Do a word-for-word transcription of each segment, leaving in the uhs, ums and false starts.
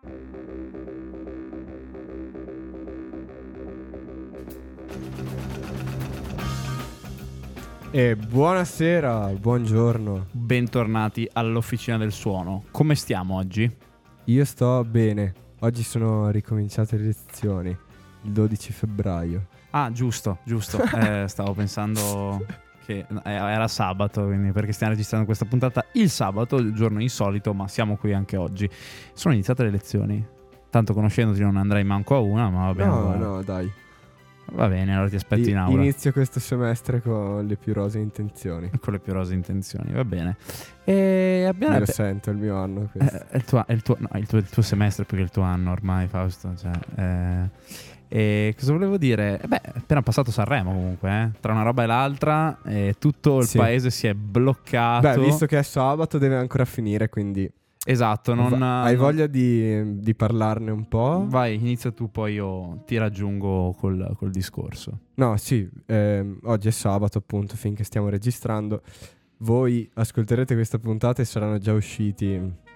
E buonasera, buongiorno. Bentornati all'Officina del Suono. Come stiamo oggi? Io sto bene. Oggi sono ricominciate le lezioni, il dodici febbraio. Ah, giusto, giusto. eh, stavo pensando che era sabato, quindi perché stiamo registrando questa puntata il sabato, il giorno insolito, ma siamo qui anche oggi. Sono iniziate le lezioni. Tanto conoscendoti non andrei manco a una, ma va bene. No, va. no, dai. Va bene, allora ti aspetto I- in aula. Inizio questo semestre con le più rose intenzioni. Con le più rose intenzioni, va bene. E abbiamo... Me lo sento, è il mio anno questo. Eh, è il tuo, è il tuo, no, il tuo, il tuo semestre più che il tuo anno ormai, Fausto. Cioè, eh. E cosa volevo dire? Eh beh, è appena passato Sanremo comunque, eh? Tra una roba e l'altra, eh, tutto il Sì. paese si è bloccato. Beh, visto che è sabato deve ancora finire, quindi... Esatto, non... Va- Hai non- voglia di, di parlarne un po'? Vai, inizia tu, poi io ti raggiungo col, col discorso. No, sì, ehm, oggi è sabato appunto, finché stiamo registrando. Voi ascolterete questa puntata e saranno già usciti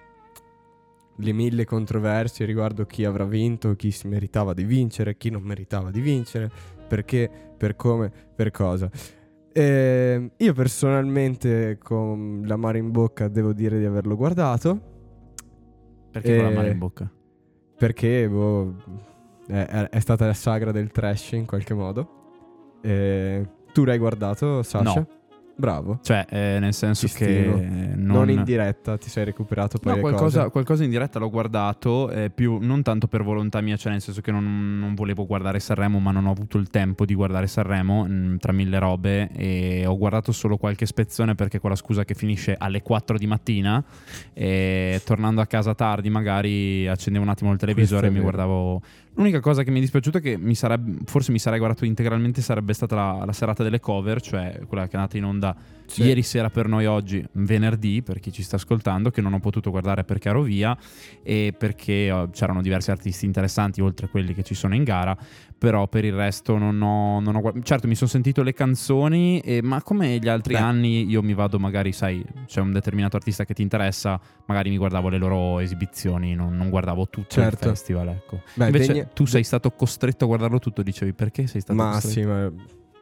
le mille controversie riguardo chi avrà vinto, chi si meritava di vincere, chi non meritava di vincere, perché, per come, per cosa. Ehm, io personalmente con l'amaro in bocca devo dire di averlo guardato. Perché con la Eh, mano in bocca? Perché boh, è, è- è stata la sagra del trash in qualche modo. Eh, tu l'hai guardato, Sasha? No. Bravo. Cioè, eh, nel senso Ci stimo. che non... Non in diretta, ti sei recuperato poi No, le qualcosa, cose. qualcosa in diretta l'ho guardato, eh, più non tanto per volontà mia, cioè nel senso che non, non volevo guardare Sanremo, ma non ho avuto il tempo di guardare Sanremo mh, tra mille robe, e ho guardato solo qualche spezzone perché con la scusa che finisce alle quattro di mattina, e tornando a casa tardi magari accendevo un attimo il televisore e mi Questo è vero. guardavo. L'unica cosa che mi è dispiaciuta è che mi sarebbe, forse mi sarei guardato integralmente, sarebbe stata la, la serata delle cover, cioè quella che è andata in onda Sì. ieri sera per noi, oggi venerdì per chi ci sta ascoltando, che non ho potuto guardare perché ero via e perché oh, c'erano diversi artisti interessanti oltre a quelli che ci sono in gara, però per il resto non ho, non ho guard- certo mi sono sentito le canzoni, e, ma come gli altri Beh. anni io mi vado, magari sai c'è un determinato artista che ti interessa, magari mi guardavo le loro esibizioni, non, non guardavo tutto Certo. il festival, ecco. Beh, Invece degna- tu sei stato costretto a guardarlo tutto, dicevi, perché sei stato Ma costretto? sì, ma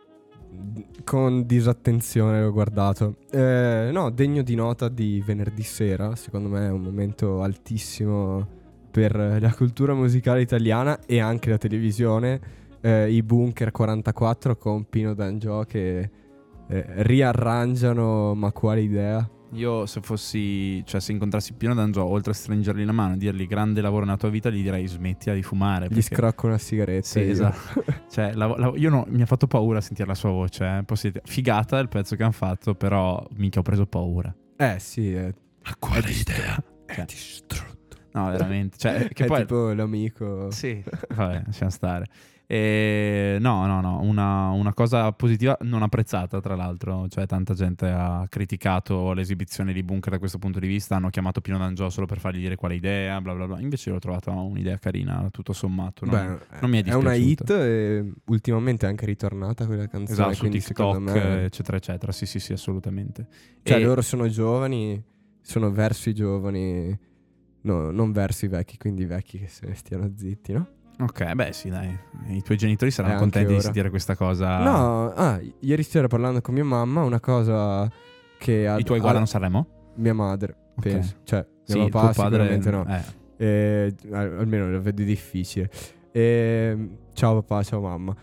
con disattenzione l'ho guardato. Eh, no, degno di nota di venerdì sera, secondo me è un momento altissimo per la cultura musicale italiana e anche la televisione. Eh, I Bunker quarantaquattro con Pino D'Angio che eh, riarrangiano, ma quale idea? Io se fossi, cioè se incontrassi Pino D'Angio, oltre a stringergli la mano e dirgli grande lavoro nella tua vita, gli direi smettila di fumare. Gli perché- scrocco una sigaretta. Sì, io. esatto. Cioè, la- la- io no, mi ha fatto paura sentire la sua voce. Eh. Posso dire, figata il pezzo che hanno fatto, però minchia ho preso paura. Eh sì, è, A quale idea? è distrutto. No, veramente. Cioè, che è poi... tipo l'amico. Sì, vabbè, lasciamo stare. E no, no, no, una, una cosa positiva non apprezzata, tra l'altro, cioè tanta gente ha criticato l'esibizione di Bunker da questo punto di vista, hanno chiamato Pino D'Angio solo per fargli dire quale idea, bla bla bla. Invece l'ho trovata un'idea carina, tutto sommato. Non, Beh, non mi è è una hit dispiaciuta. e ultimamente è anche ritornata quella canzone. Esatto, su quindi TikTok, secondo me, eccetera, eccetera. Sì, sì, sì, assolutamente. cioè E- loro sono giovani, sono verso i giovani, no, non verso i vecchi, quindi i vecchi che se ne stiano zitti, no? Ok, beh sì, dai. I tuoi genitori saranno Eh, anche contenti di ora. sentire questa cosa. No, ah, ieri sera parlando con mia mamma, una cosa che ha, I tuoi ha- guardano Sanremo? mia madre, Ok. penso, cioè Sì, mio papà tuo padre... sicuramente no. Eh. Eh, al- almeno lo vedo difficile. Eh, ciao papà, ciao mamma.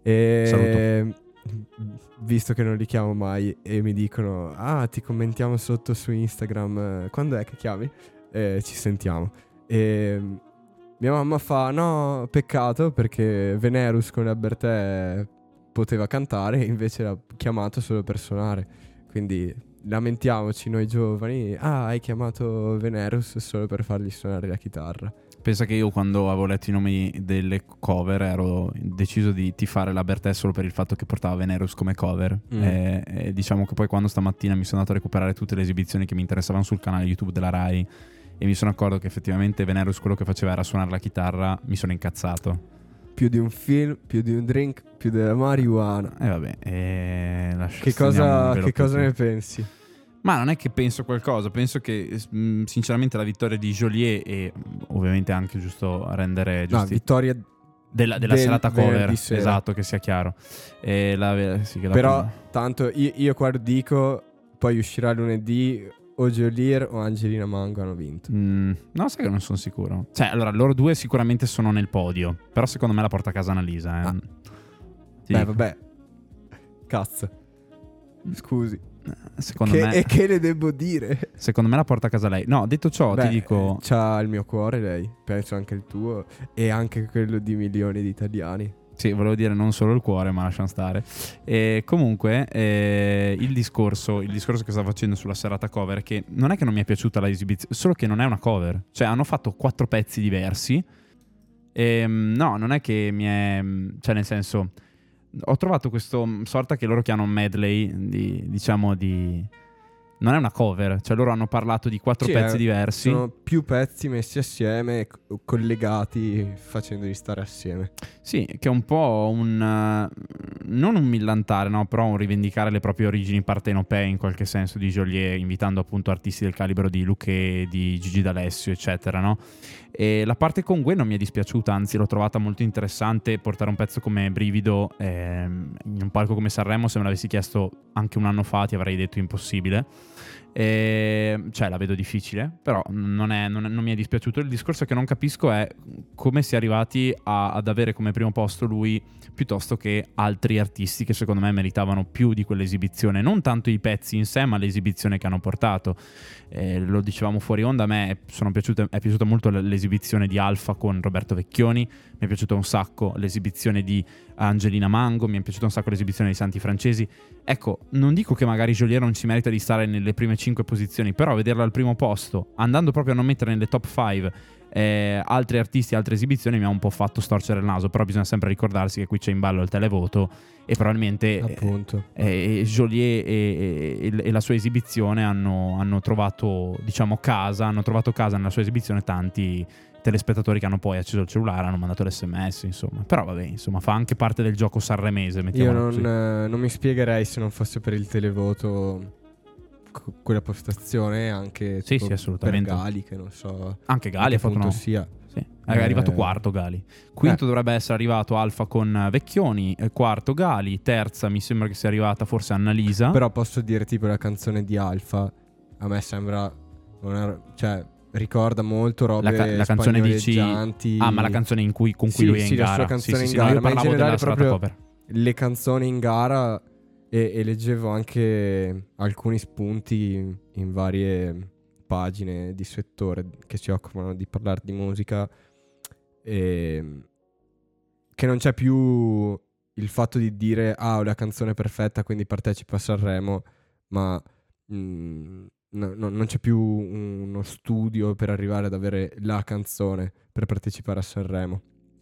Eh, visto che non li chiamo mai e mi dicono ah ti commentiamo sotto su Instagram, eh, quando è che chiami? Eh, ci sentiamo. E mia mamma fa no, peccato perché Venerus con la Bertè poteva cantare, invece l'ha chiamato solo per suonare. Quindi lamentiamoci noi giovani, ah hai chiamato Venerus solo per fargli suonare la chitarra. Pensa che io quando avevo letto i nomi delle cover ero deciso di tifare la Bertè solo per il fatto che portava Venerus come cover. Mm. E, e diciamo che poi quando stamattina mi sono andato a recuperare tutte le esibizioni che mi interessavano sul canale YouTube della Rai e mi sono accorto che effettivamente Venerus quello che faceva era suonare la chitarra, mi sono incazzato. Più di un film, più di un drink, più della marijuana. E vabbè, e lascia- Che stendiamo un cosa, velo che più cosa più. ne pensi? Ma non è che penso qualcosa, penso che mh, sinceramente la vittoria di Joliet e mh, ovviamente anche giusto a rendere No, giusti vittoria della, della del serata cover, venerdì sera. esatto, che sia chiaro. E la, sì, che la Però prima- tanto io, io qua dico, poi uscirà lunedì o Joliet o Angelina Mango hanno vinto. Mm, no, sai che non sono sicuro. Cioè, allora, loro due sicuramente sono nel podio, però secondo me la porta a casa Annalisa. Eh. Ah. Ti Beh, dico. vabbè. Cazzo. Scusi. Secondo Che, me, e che le devo dire? secondo me la porta a casa lei. No, detto ciò, Beh, ti dico. c'ha il mio cuore lei. Penso anche il tuo. E anche quello di milioni di italiani. Sì, volevo dire non solo il cuore, ma lasciamo stare. E comunque, eh, il discorso il discorso che stavo facendo sulla serata cover, che non è che non mi è piaciuta la esibizione, solo che non è una cover. Cioè, hanno fatto quattro pezzi diversi. E, no, non è che mi è. Cioè, nel senso, ho trovato questo sorta che loro chiamano medley, di, diciamo, di. Non è una cover, cioè loro hanno parlato di quattro Sì, pezzi eh, diversi. Sono più pezzi messi assieme, co- collegati, facendoli stare assieme. Sì, che è un po' un uh, non un millantare, no, però un rivendicare le proprie origini partenopee in qualche senso di Joliet, invitando appunto artisti del calibro di Luché, di Gigi D'Alessio, eccetera, no? E la parte con Gwen non mi è dispiaciuta, anzi l'ho trovata molto interessante. Portare un pezzo come Brivido ehm, in un palco come Sanremo, se me l'avessi chiesto anche un anno fa ti avrei detto impossibile. E, cioè la vedo difficile, però non, è, non, è, non mi è dispiaciuto. Il discorso che non capisco è come si è arrivati a, ad avere come primo posto lui piuttosto che altri artisti che secondo me meritavano più di quell'esibizione, non tanto i pezzi in sé ma l'esibizione che hanno portato. Eh, lo dicevamo fuori onda, a me sono piaciute, è piaciuta molto l'esibizione di Alfa con Roberto Vecchioni, mi è piaciuta un sacco l'esibizione di Angelina Mango, mi è piaciuta un sacco l'esibizione di Santi Francesi. Ecco, non dico che magari Joliet non ci merita di stare nelle prime cinque posizioni, però vederla al primo posto, andando proprio a non mettere nelle top cinque eh, altri artisti, altre esibizioni, mi ha un po' fatto storcere il naso. Però bisogna sempre ricordarsi che qui c'è in ballo il televoto e probabilmente Appunto. eh, eh, Joliet e, e, e la sua esibizione hanno, hanno trovato, diciamo, casa, hanno trovato casa nella sua esibizione tanti telespettatori che hanno poi acceso il cellulare, hanno mandato l'sms, insomma. Però vabbè, insomma, fa anche parte del gioco sanremese, Io mettiamolo non, così. eh, non mi spiegherei se non fosse per il televoto co- quella postazione, anche Sì, tipo sì, assolutamente. per Gali, che non so Anche Gali a ha che fatto punto uno... sia. Sì. È arrivato Eh, quarto Gali. Quinto eh. dovrebbe essere arrivato Alfa con Vecchioni, eh, quarto Gali, terza mi sembra che sia arrivata forse Annalisa. Però posso dire, tipo, la canzone di Alfa a me sembra una, cioè ricorda molto robe la, ca- la canzone dici spagnoleggianti. Ah, ma la canzone in cui, con cui Sì, lui è sì, in la gara. sua canzone sì, sì, in sì, gara, no, io ma in parlavo generale della serata proprio cover. le canzoni in gara, e, e leggevo anche alcuni spunti in, in varie pagine di settore che si occupano di parlare di musica, e che non c'è più il fatto di dire ah, ho la canzone perfetta quindi partecipo a Sanremo, ma mm, no, no, non c'è più uno studio per arrivare ad avere la canzone per partecipare a Sanremo.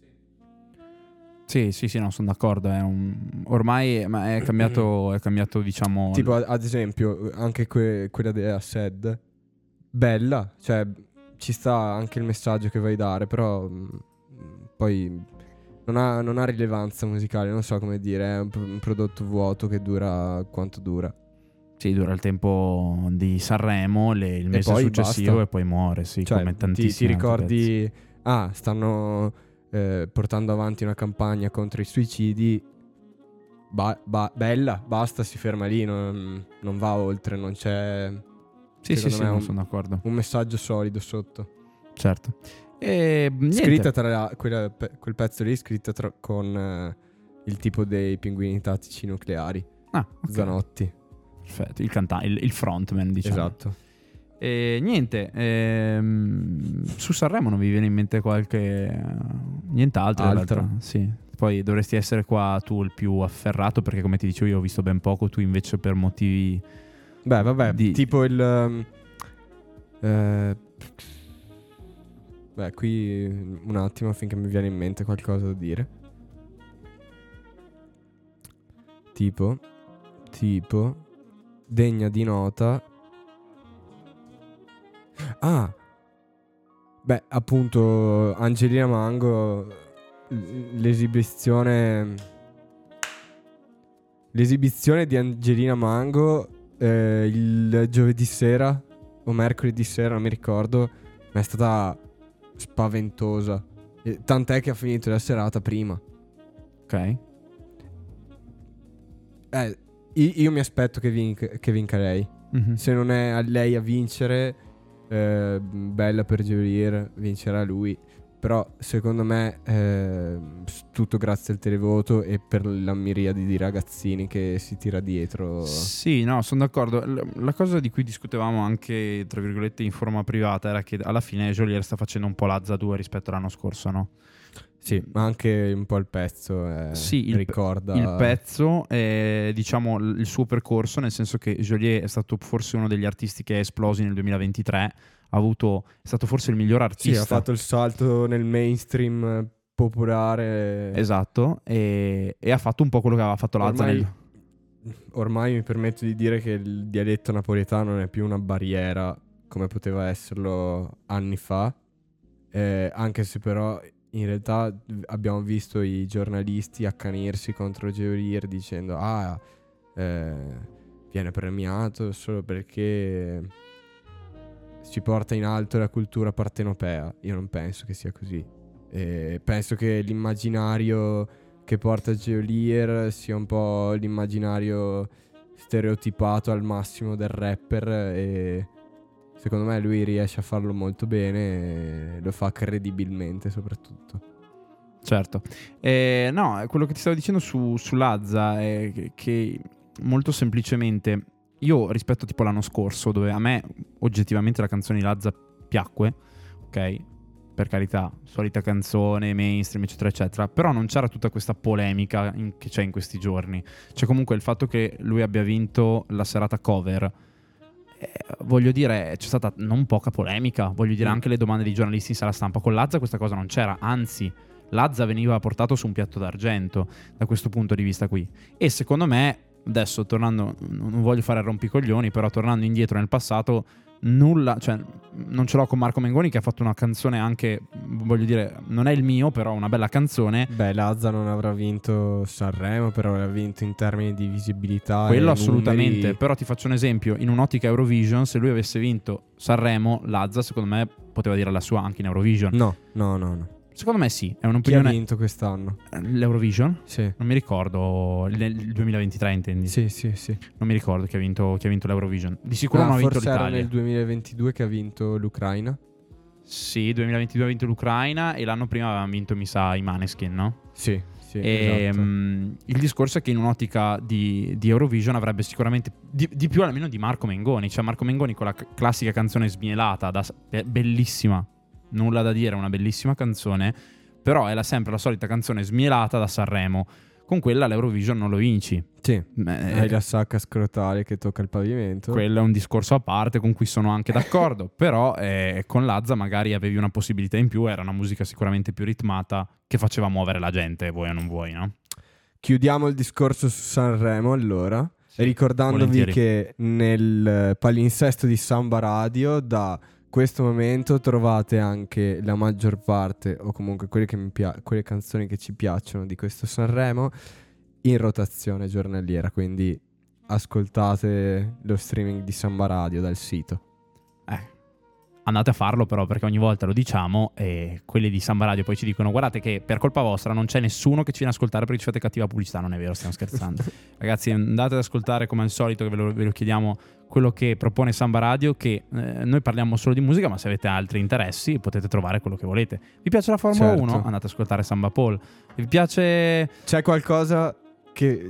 Sì, sì, sì, no, sono d'accordo. È un... Ormai ma è cambiato, è cambiato, diciamo. Tipo ad ad esempio anche que- quella della S E D, bella, cioè ci sta anche il messaggio che vuoi dare, però mm, poi non ha, non ha rilevanza musicale, non so come dire, è un, pro- un prodotto vuoto che dura quanto dura. Sì, dura il tempo di Sanremo, le- il E mese poi successivo basta. e poi muore, sì, Cioè, come ti, tantissimi ti altri pezzi. ricordi, ah, stanno eh, portando avanti una campagna contro i suicidi, ba- ba- bella, basta, si ferma lì, non, non va oltre, non c'è, Sì, sì, secondo sì, me, non un, sono d'accordo. un messaggio solido sotto. Certo. E niente. Scritta tra quella- pe- quel pezzo lì, scritta tra- con eh, il tipo dei pinguini tattici nucleari, Ah, ok. Zanotti. Perfetto, il, canta- il, il frontman, diciamo. Esatto. E niente, ehm, su Sanremo non vi viene in mente qualche nient'altro in Altro. realtà, sì. Poi dovresti essere qua tu il più afferrato, perché come ti dicevo io ho visto ben poco, tu invece per motivi Beh, vabbè, di... tipo il um, eh, beh, qui un attimo affinché mi viene in mente qualcosa da dire. Tipo Tipo degna di nota. Ah, beh, appunto Angelina Mango, l- l'esibizione L'esibizione di Angelina Mango eh, il giovedì sera o mercoledì sera, non mi ricordo, ma è stata spaventosa. E tant'è che ha finito la serata prima. Ok. Eh, io, io mi aspetto che, vinca, che vinca lei. Mm-hmm. Se non è a lei a vincere, eh, bella per Geolier, vincerà lui. Però secondo me eh, tutto grazie al televoto e per la miriade di ragazzini che si tira dietro. Sì, no, sono d'accordo. L- La cosa di cui discutevamo anche, tra virgolette, in forma privata era che alla fine Geolier sta facendo un po' l'Azza due rispetto all'anno scorso, no? Sì, ma anche un po' il pezzo eh, Sì, il, ricorda il pezzo è, diciamo, l- il suo percorso, nel senso che Geolier è stato forse uno degli artisti che è esplosi nel duemilaventitré, ha avuto, è stato forse il miglior artista. Sì, ha fatto il salto nel mainstream popolare. Esatto, e, e ha fatto un po' quello che aveva fatto l'Azza Ormai, nel... ormai mi permetto di dire che il dialetto napoletano non è più una barriera come poteva esserlo anni fa, eh, anche se però in realtà abbiamo visto i giornalisti accanirsi contro Geolier dicendo ah, eh, viene premiato solo perché si porta in alto la cultura partenopea. Io non penso che sia così. E penso che l'immaginario che porta Geolier sia un po' l'immaginario stereotipato al massimo del rapper, e secondo me lui riesce a farlo molto bene e lo fa credibilmente soprattutto. Certo. Eh, no, quello che ti stavo dicendo su, su Lazza è che, che molto semplicemente io rispetto tipo l'anno scorso, dove a me oggettivamente la canzone di Lazza piacque, ok? Per carità, solita canzone, mainstream, eccetera, eccetera. Però non c'era tutta questa polemica in, che c'è in questi giorni. C'è comunque il fatto che lui abbia vinto la serata cover. Eh, voglio dire, c'è stata non poca polemica. Voglio dire, Mm. anche le domande dei giornalisti in sala stampa. Con Lazza questa cosa non c'era, anzi, Lazza veniva portato su un piatto d'argento da questo punto di vista qui. E secondo me, adesso tornando, non voglio fare rompicoglioni, però tornando indietro nel passato, nulla, cioè non ce l'ho con Marco Mengoni che ha fatto una canzone anche, voglio dire, non è il mio, però una bella canzone. Beh, Lazza non avrà vinto Sanremo, però l'ha vinto in termini di visibilità. Quello e assolutamente, numeri. però ti faccio un esempio, in un'ottica Eurovision, se lui avesse vinto Sanremo, Lazza secondo me poteva dire la sua anche in Eurovision. No, no, no, no. Secondo me sì, è Chi ha un'opinione. vinto quest'anno? L'Eurovision? Sì. Non mi ricordo, nel duemilaventitré intendi? Sì, sì, sì. Non mi ricordo chi ha vinto, chi ha vinto l'Eurovision. Di sicuro Ah, non ha vinto forse era l'Italia. nel duemilaventidue che ha vinto l'Ucraina. Sì, duemilaventidue ha vinto l'Ucraina e l'anno prima avevano vinto, mi sa, i Maneskin, no? Sì, sì, E, esatto. mh, il discorso è che in un'ottica di, di Eurovision avrebbe sicuramente di, di più almeno di Marco Mengoni. Cioè Marco Mengoni con la c- classica canzone smielata, da, be- bellissima, nulla da dire, una bellissima canzone, però è la, sempre la solita canzone smielata da Sanremo. Con quella l'Eurovision non lo vinci. Sì, Beh, hai la sacca scrotale che tocca il pavimento. quello è un discorso a parte con cui sono anche d'accordo. Però eh, con Lazza magari avevi una possibilità in più. Era una musica sicuramente più ritmata che faceva muovere la gente, vuoi o non vuoi, no? Chiudiamo il discorso su Sanremo allora, Sì, ricordandovi volentieri. che nel palinsesto di Samba Radio da questo momento trovate anche la maggior parte, o comunque quelle, che mi pia- quelle canzoni che ci piacciono di questo Sanremo, in rotazione giornaliera, quindi ascoltate lo streaming di Samba Radio dal sito. Eh, andate a farlo però, perché ogni volta lo diciamo e quelli di Samba Radio poi ci dicono guardate che per colpa vostra non c'è nessuno che ci viene a ascoltare perché ci fate cattiva pubblicità. Non è vero, stiamo scherzando. Ragazzi, andate ad ascoltare come al solito, che ve lo, ve lo chiediamo, quello che propone Samba Radio, che eh, noi parliamo solo di musica, ma se avete altri interessi potete trovare quello che volete. Vi piace la Formula Certo. uno? Andate ad ascoltare Samba Paul. Vi piace... C'è qualcosa che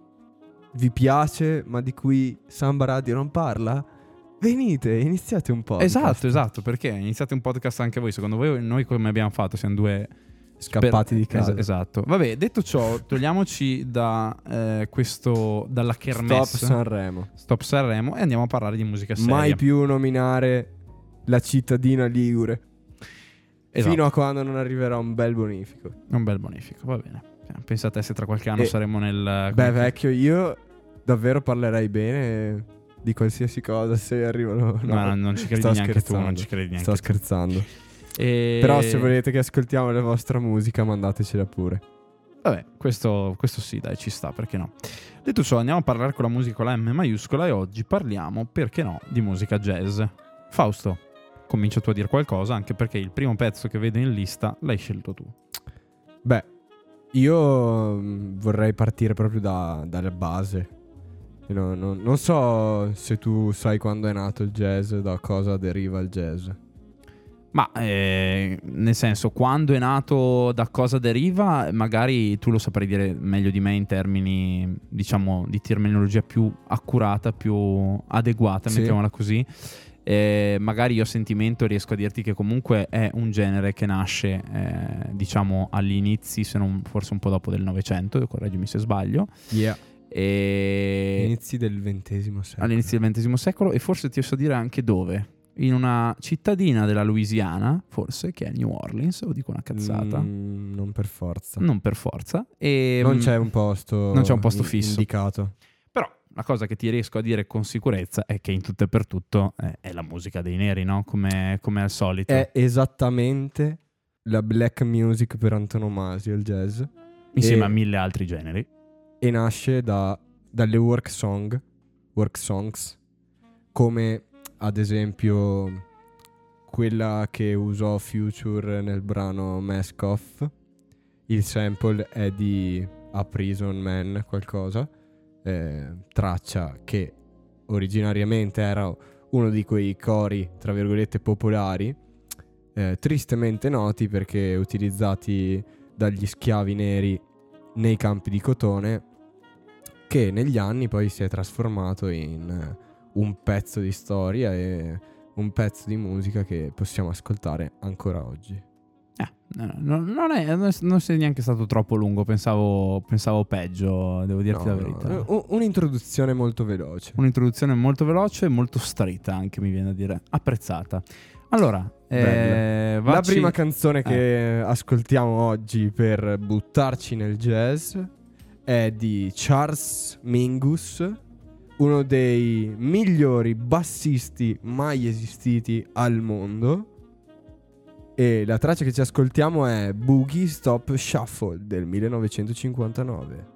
vi piace ma di cui Samba Radio non parla? Venite, iniziate un po'. Esatto, esatto, perché iniziate un podcast anche voi. Secondo voi noi come abbiamo fatto? Siamo due... Scappati per- di casa. Es- esatto. Vabbè, detto ciò, togliamoci da eh, questo, dalla kermesse. Stop Sanremo. Stop Sanremo e andiamo a parlare di musica seria. Mai più nominare la cittadina ligure. Esatto. Fino a quando non arriverà un bel bonifico. Un bel bonifico, va bene. Pensate se tra qualche anno E- saremo nel... Beh, vecchio, io davvero parlerei bene di qualsiasi cosa se arrivano. No, no, non ci credi sto neanche tu, scherzando. non ci credi neanche Sto tu. scherzando. E... Però se volete che ascoltiamo la vostra musica, mandatecela pure. Vabbè, questo, questo sì, dai, ci sta, perché no. Detto ciò, andiamo a parlare con la musica con la M maiuscola e oggi parliamo, perché no, di musica jazz. Fausto, comincia tu a dire qualcosa, anche perché il primo pezzo che vedo in lista l'hai scelto tu. Beh, io vorrei partire proprio da, dalla base. No, no, non so se tu sai quando è nato il jazz, da cosa deriva il jazz. Ma eh, nel senso, quando è nato, da cosa deriva, magari tu lo saprai dire meglio di me in termini, diciamo, di terminologia più accurata, più adeguata, Sì. mettiamola così. Eh, magari io a sentimento riesco a dirti che comunque è un genere che nasce, eh, diciamo, agli inizi, se non forse un po' dopo del Novecento, correggimi se sbaglio. Yeah. E... Inizi del ventesimo secolo. All'inizio del ventesimo secolo, e forse ti so dire anche dove. In una cittadina della Louisiana, forse, che è New Orleans, o dico una cazzata? Mm, non per forza. Non per forza. E, Non c'è un posto, non c'è un posto in- fisso. indicato. Però la cosa che ti riesco a dire con sicurezza è che in tutto e per tutto eh, è la musica dei neri, no? Come, come al solito. È esattamente la black music per antonomasia, il jazz. Insieme e- a mille altri generi. E nasce da, dalle work song, work songs, come ad esempio quella che usò Future nel brano Mask Off. Il sample è di A Prison Man qualcosa, eh, traccia che originariamente era uno di quei cori tra virgolette popolari, eh, tristemente noti perché utilizzati dagli schiavi neri nei campi di cotone, che negli anni poi si è trasformato in eh, un pezzo di storia e un pezzo di musica che possiamo ascoltare ancora oggi. Eh, no, no, non, è, non, non sei neanche stato troppo lungo, pensavo, pensavo peggio, devo dirti No, la verità. no, u- un'introduzione molto veloce. Un'introduzione molto veloce e molto straight anche, mi viene a dire. Apprezzata. Allora, eh, La vacci- prima canzone che ascoltiamo oggi per buttarci nel jazz è di Charles Mingus, uno dei migliori bassisti mai esistiti al mondo. E la traccia che ci ascoltiamo è Boogie Stop Shuffle del millenovecentocinquantanove.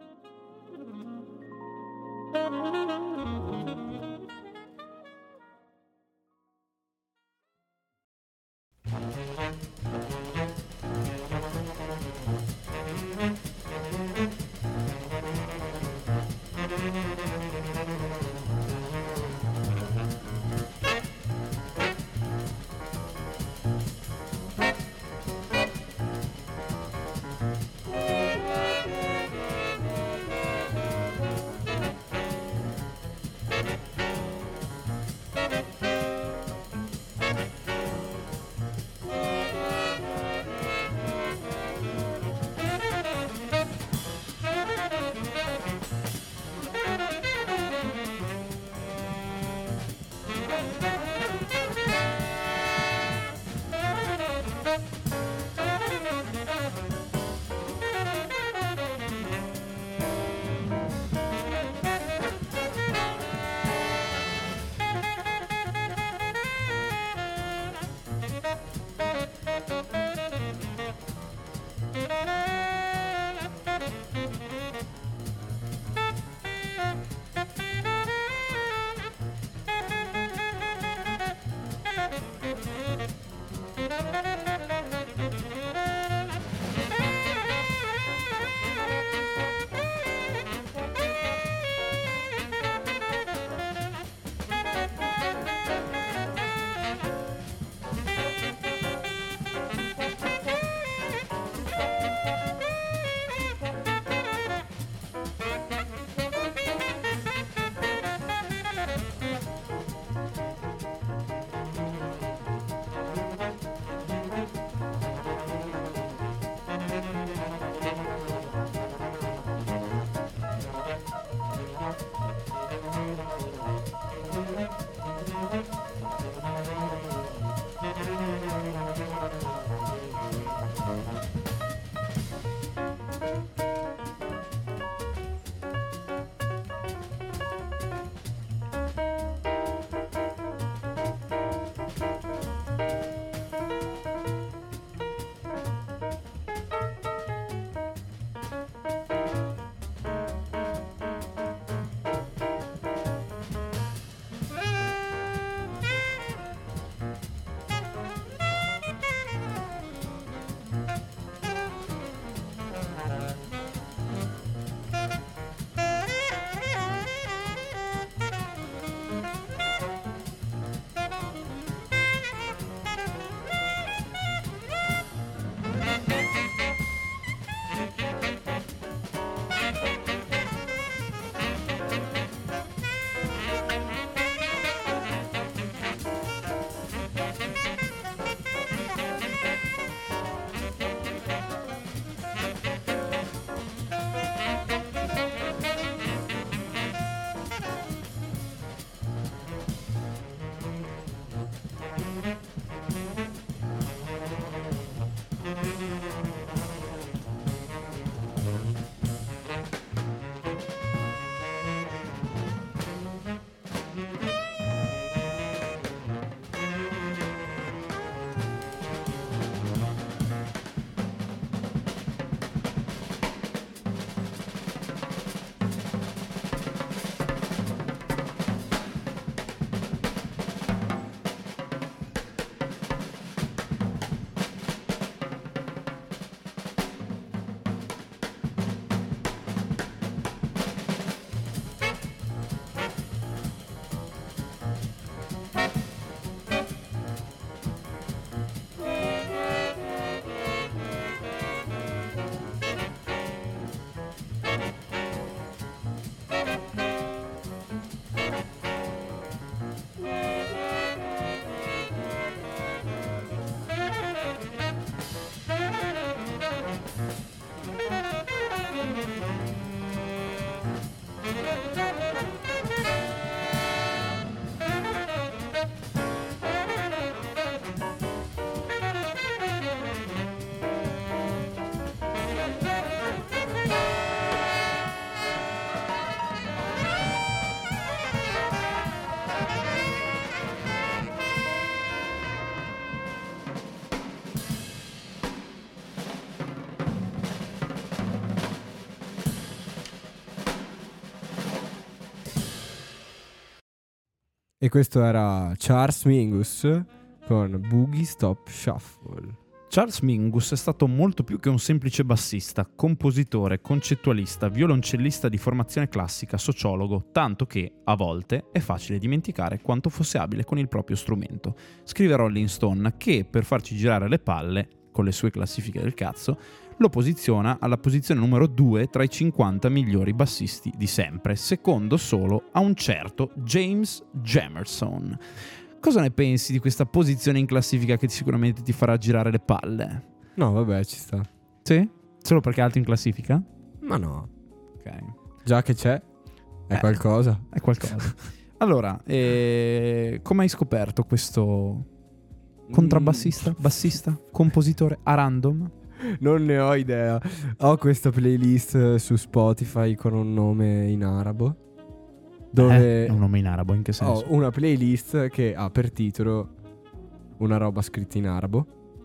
E questo era Charles Mingus con Boogie Stop Shuffle. Charles Mingus è stato molto più che un semplice bassista, compositore, concettualista, violoncellista di formazione classica, sociologo, tanto che, a volte, è facile dimenticare quanto fosse abile con il proprio strumento. Scrive Rolling Stone che, per farci girare le palle, con le sue classifiche del cazzo, lo posiziona alla posizione numero due tra i cinquanta migliori bassisti di sempre, secondo solo a un certo James Jamerson. Cosa ne pensi di questa posizione in classifica che sicuramente ti farà girare le palle? No, vabbè, ci sta. Sì? Solo perché è alto in classifica? Ma no. Ok. Già che c'è, è Eh, qualcosa. È qualcosa. Allora, eh, come hai scoperto questo contrabbassista, bassista, compositore a random? Non ne ho idea. Ho questa playlist su Spotify con un nome in arabo. Dove Eh, un nome in arabo, in che senso? ho una playlist che ha per titolo una roba scritta in arabo.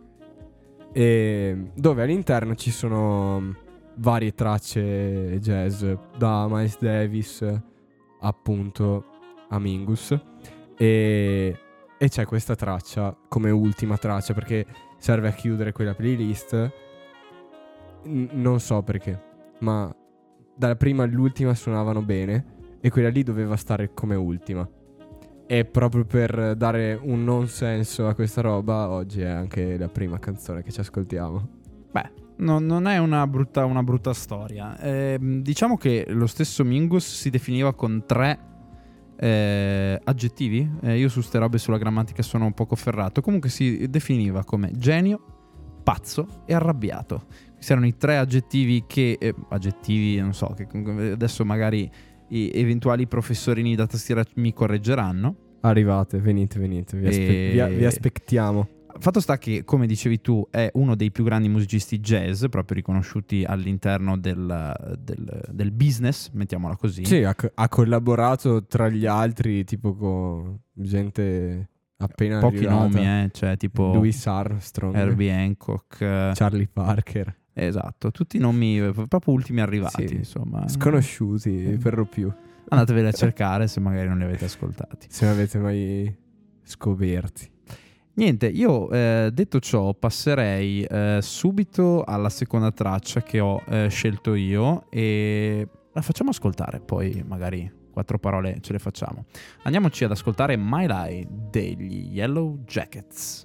E dove all'interno ci sono varie tracce jazz, da Miles Davis appunto a Mingus. E, e c'è questa traccia come ultima traccia perché serve a chiudere quella playlist. N- non so perché, ma dalla prima all'ultima suonavano bene e quella lì doveva stare come ultima. E proprio per dare un non senso a questa roba, oggi è anche la prima canzone che ci ascoltiamo. Beh, no, non è una brutta, una brutta storia. Eh, diciamo che lo stesso Mingus si definiva con tre eh, aggettivi. Eh, io su ste robe sulla grammatica sono un poco ferrato. Comunque si definiva come genio, pazzo e arrabbiato. Questi erano i tre aggettivi che... Eh, aggettivi, non so, che adesso magari i eventuali professorini da tastiera mi correggeranno. Arrivate, venite, venite, vi, aspe- E- vi, vi aspettiamo. Fatto sta che, come dicevi tu, è uno dei più grandi musicisti jazz, proprio riconosciuti all'interno del, del, del business, mettiamola così. Sì, ha, co- ha collaborato tra gli altri tipo con gente appena Pochi arrivata. nomi, eh, cioè tipo Louis Armstrong, Herbie Hancock, eh, Charlie Parker. esatto, tutti nomi eh, proprio ultimi arrivati, Sì, insomma. sconosciuti Eh. per lo più, Andateveli a cercare se magari non li avete ascoltati. se non avete mai scoperti. Niente, io eh, detto ciò passerei eh, subito alla seconda traccia che ho eh, scelto io e la facciamo ascoltare, poi magari quattro parole ce le facciamo. Andiamoci ad ascoltare My Lie degli Yellow Jackets.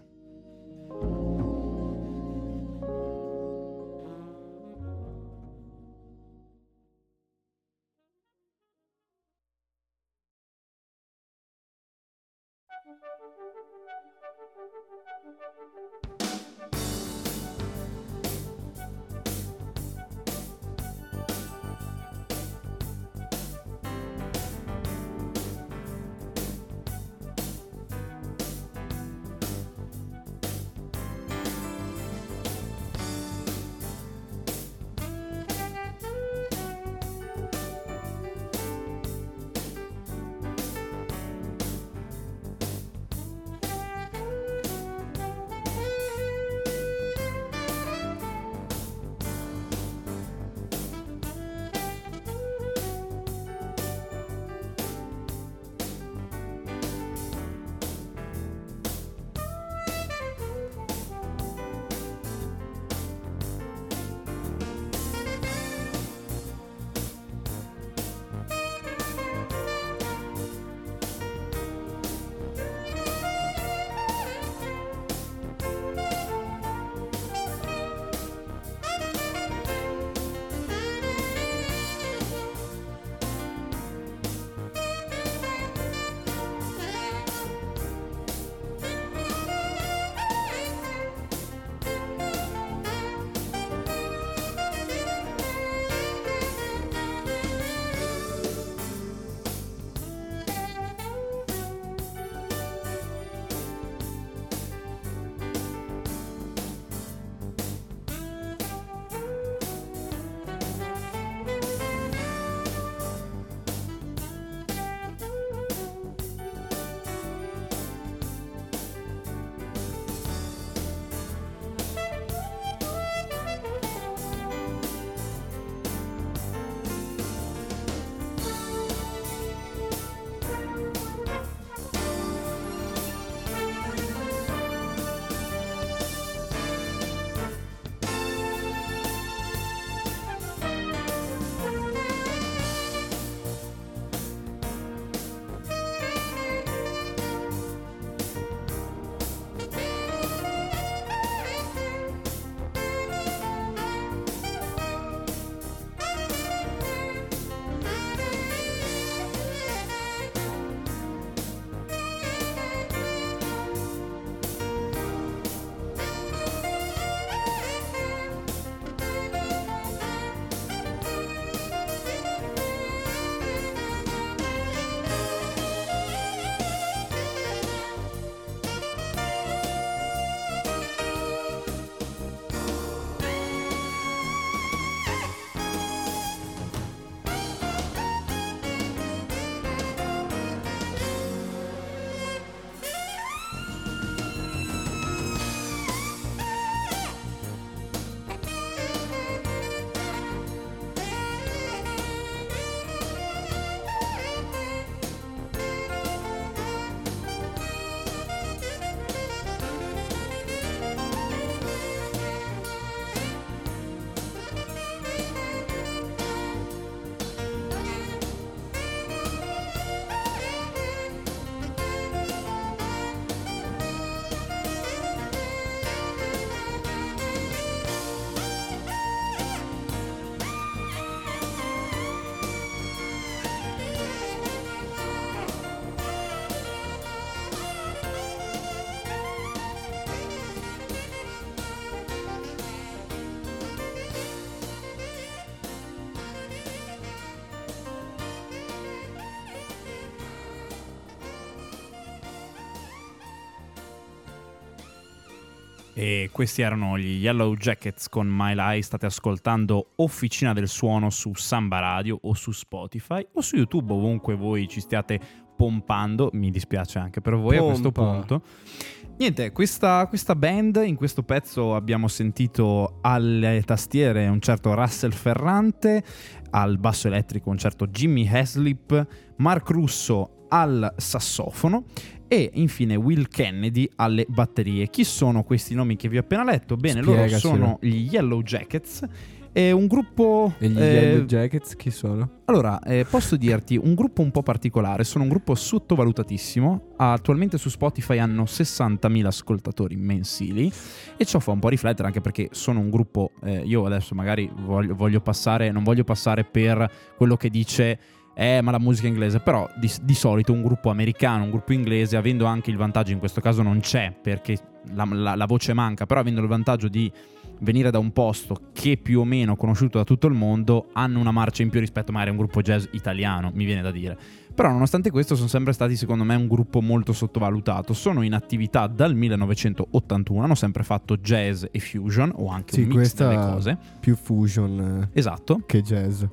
E questi erano gli Yellow Jackets con My Lie. State ascoltando Officina del Suono su Samba Radio o su Spotify o su YouTube, ovunque voi ci stiate pompando. Mi dispiace anche per voi Pompa. A questo punto. Niente, questa, questa band, in questo pezzo abbiamo sentito alle tastiere un certo Russell Ferrante, al basso elettrico un certo Jimmy Haslip, Mark Russo al sassofono e infine Will Kennedy alle batterie. Chi sono questi nomi che vi ho appena letto? Bene, loro sono gli Yellow Jackets. È un gruppo... E gli eh, Yellow Jackets chi sono? Allora, eh, posso dirti, un gruppo un po' particolare, sono un gruppo sottovalutatissimo, attualmente su Spotify hanno sessantamila ascoltatori mensili e ciò fa un po' riflettere, anche perché sono un gruppo, eh, io adesso magari voglio, voglio passare, non voglio passare per quello che dice... Eh, ma la musica inglese, però di, di solito un gruppo americano, un gruppo inglese, avendo anche il vantaggio, in questo caso non c'è perché la, la, la voce manca, però avendo il vantaggio di venire da un posto che più o meno conosciuto da tutto il mondo, hanno una marcia in più rispetto magari a un gruppo jazz italiano, mi viene da dire. Però nonostante questo sono sempre stati secondo me un gruppo molto sottovalutato. Sono in attività dal millenovecentottantuno, hanno sempre fatto jazz e fusion o anche sì, un mix delle cose. Più fusion esatto. che jazz.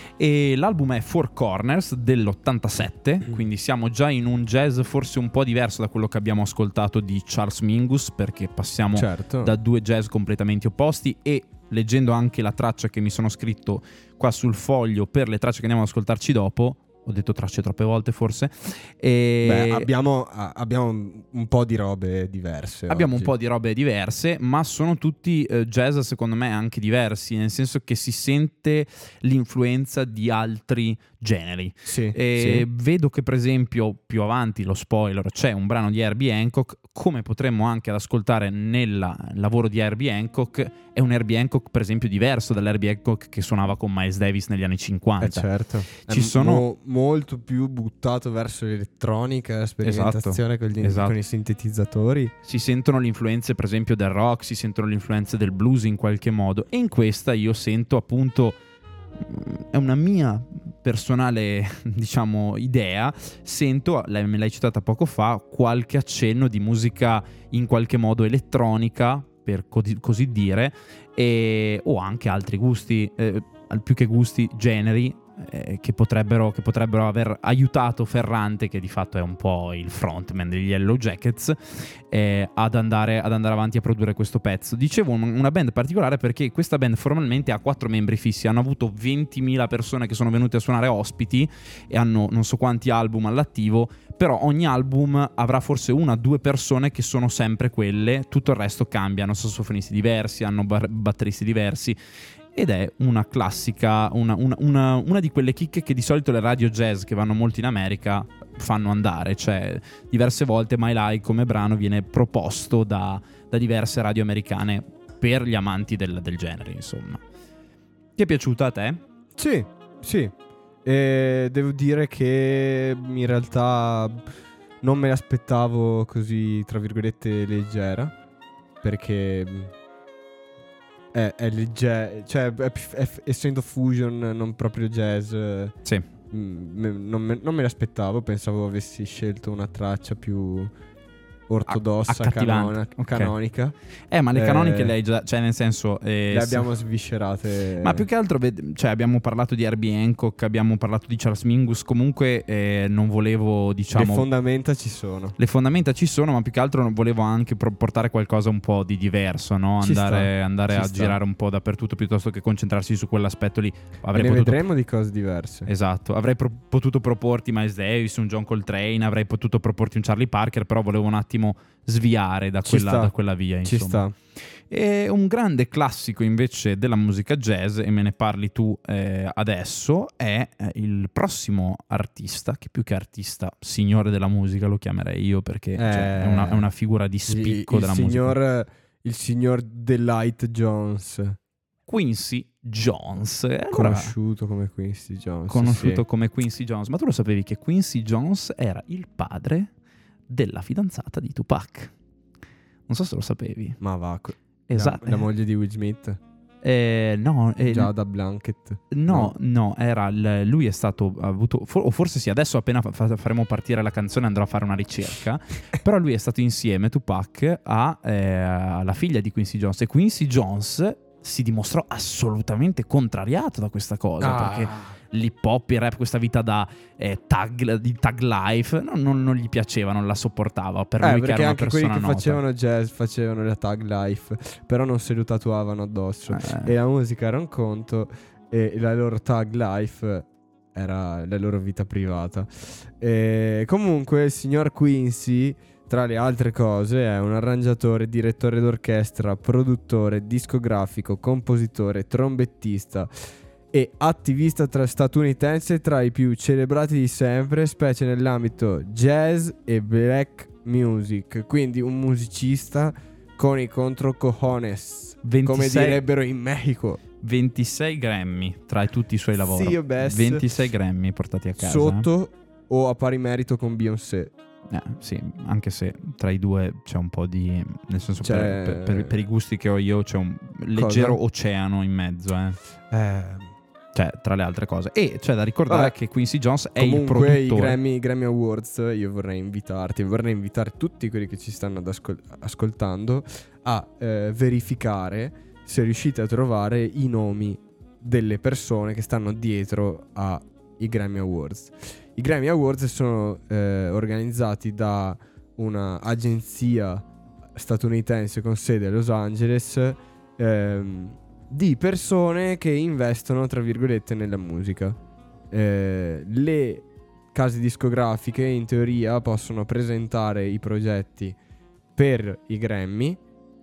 E l'album è Four Corners dell'ottantasette, mm. quindi siamo già in un jazz forse un po' diverso da quello che abbiamo ascoltato di Charles Mingus, perché passiamo certo. da due jazz completamente opposti. E leggendo anche la traccia che mi sono scritto qua sul foglio per le tracce che andiamo ad ascoltarci dopo, ho detto tracce troppe volte forse, e Beh, abbiamo, abbiamo un po' di robe diverse abbiamo oggi. un po' di robe diverse, ma sono tutti eh, jazz secondo me anche diversi, nel senso che si sente l'influenza di altri generi. Sì, e sì. Vedo che per esempio più avanti, lo spoiler, c'è un brano di Herbie Hancock, come potremmo anche ad ascoltare nel lavoro di Herbie Hancock. È un Herbie Hancock per esempio diverso dall'Herbie Hancock che suonava con Miles Davis negli anni cinquanta. Eh certo. Ci È sono mo- molto più buttato verso l'elettronica, la sperimentazione esatto, con, gli, esatto. con i sintetizzatori. Si sentono le influenze per esempio del rock, si sentono le influenze del blues in qualche modo, e in questa io sento appunto, è una mia personale diciamo idea, sento, lei me l'hai citata poco fa, qualche accenno di musica in qualche modo elettronica, per così, così dire, e, o anche altri gusti, eh, più che gusti, generi eh, che, potrebbero, che potrebbero aver aiutato Ferrante, che di fatto è un po' il frontman degli Yellow Jackets, eh, ad, andare, ad andare avanti a produrre questo pezzo. Dicevo un, una band particolare perché questa band formalmente ha quattro membri fissi, hanno avuto ventimila persone che sono venute a suonare ospiti e hanno non so quanti album all'attivo, però ogni album avrà forse una o due persone che sono sempre quelle, tutto il resto cambia, hanno sassofonisti diversi, hanno bar- batteristi diversi, ed è una classica, una, una, una, una di quelle chicche che di solito le radio jazz che vanno molto in America fanno andare, cioè diverse volte My Lie come brano viene proposto da, da diverse radio americane per gli amanti del, del genere, insomma. Ti è piaciuta a te? Sì, sì. E devo dire che in realtà non me l'aspettavo così, tra virgolette, leggera, perché è, è leggera, cioè è, è, essendo fusion, non proprio jazz. Sì. Mh, non, me, non me l'aspettavo, pensavo avessi scelto una traccia più ortodossa, canona, okay. canonica. Eh, ma le eh, canoniche le hai già, cioè nel senso eh, le abbiamo sviscerate. Ma più che altro, cioè abbiamo parlato di Herbie Hancock, abbiamo parlato di Charles Mingus, comunque eh, non volevo, diciamo, le fondamenta ci sono. Le fondamenta ci sono, ma più che altro volevo anche portare qualcosa un po' di diverso, no? Ci Andare, sta, andare ci a sta. girare un po' dappertutto piuttosto che concentrarsi su quell'aspetto lì. Avrei ne potuto... vedremo di cose diverse. Esatto, avrei pro- potuto proporti Miles Davis, un John Coltrane, avrei potuto proporti un Charlie Parker, però volevo un attimo sviare da quella, da quella via, insomma. Ci sta. E un grande classico invece della musica jazz, e me ne parli tu eh, adesso, è eh, il prossimo artista, che più che artista, signore della musica lo chiamerei io, perché eh, cioè, è, una, è una figura di spicco il, della il signor, musica. Il signor Delight Jones. Quincy Jones. Allora, conosciuto come Quincy Jones. Conosciuto sì. come Quincy Jones. Ma tu lo sapevi che Quincy Jones era il padre della fidanzata di Tupac? Non so se lo sapevi. Ma va, Esatto. La, la moglie di Will Smith. Eh, no, eh, Giada Blanket. No, no, era il, lui è stato ha avuto, for, o forse sì, adesso appena fa, faremo partire la canzone andrò a fare una ricerca, però lui è stato insieme, Tupac, a, eh, alla figlia di Quincy Jones, e Quincy Jones si dimostrò assolutamente contrariato da questa cosa, Ah. perché l'hip hop, il rap, questa vita da eh, tag, di tag life no, non, non gli piaceva, non la sopportava, per eh, lui che era una anche quelli persona che nota. facevano jazz facevano la tag life, però non se lo tatuavano addosso, Eh. e la musica era un conto e la loro tag life era la loro vita privata. E comunque il signor Quincy, tra le altre cose, è un arrangiatore, direttore d'orchestra, produttore, discografico, compositore, trombettista e attivista tra statunitense tra i più celebrati di sempre, specie nell'ambito jazz e black music. Quindi un musicista con i contro cojones, ventisei come direbbero in Mexico. ventisei Grammy tra tutti i suoi lavori. Sì, best. ventisei Grammy portati a casa. Sotto o a pari merito con Beyoncé. Eh, sì, anche se tra i due c'è un po' di... Nel senso, C'è- per, per- per- per i gusti che ho io c'è un leggero Cosa? oceano in mezzo, eh. Eh, Cioè, tra le altre cose. E c'è da ricordare Vabbè. che Quincy Jones è il comunque i produttore. Grammy, i Grammy Awards, io vorrei invitarti, vorrei invitare tutti quelli che ci stanno ad ascol- ascoltando a eh, verificare se riuscite a trovare i nomi delle persone che stanno dietro ai Grammy Awards. I Grammy Awards sono eh, organizzati da una agenzia statunitense con sede a Los Angeles, ehm, di persone che investono, tra virgolette, nella musica. Eh, le case discografiche in teoria possono presentare i progetti per i Grammy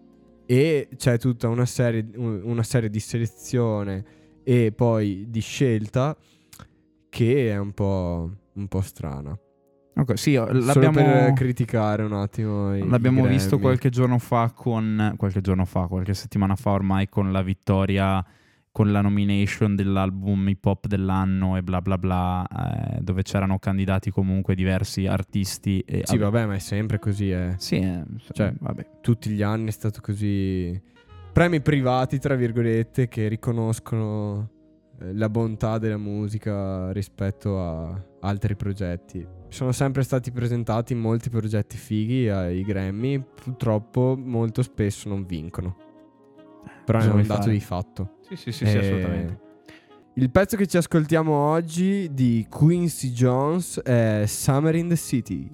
e c'è tutta una serie, una serie di selezione e poi di scelta che è un po', un po' strana. Ok, sì, Solo l'abbiamo, per criticare un attimo i, l'abbiamo i visto Grammy. qualche giorno fa con... Qualche giorno fa, qualche settimana fa ormai, con la vittoria, con la nomination dell'album hip hop dell'anno e bla bla bla, eh, dove c'erano candidati comunque diversi artisti. E Sì, vabbè, ma è sempre così, eh. Sì, eh, Cioè, vabbè. tutti gli anni è stato così. Premi privati, tra virgolette, che riconoscono eh, la bontà della musica rispetto a altri progetti. Sono sempre stati presentati molti progetti fighi ai Grammy, purtroppo molto spesso non vincono. Però Cosa è un vuoi dato fare? di fatto. Sì, sì, sì, sì, Eh, assolutamente. Il pezzo che ci ascoltiamo oggi di Quincy Jones è Summer in the City.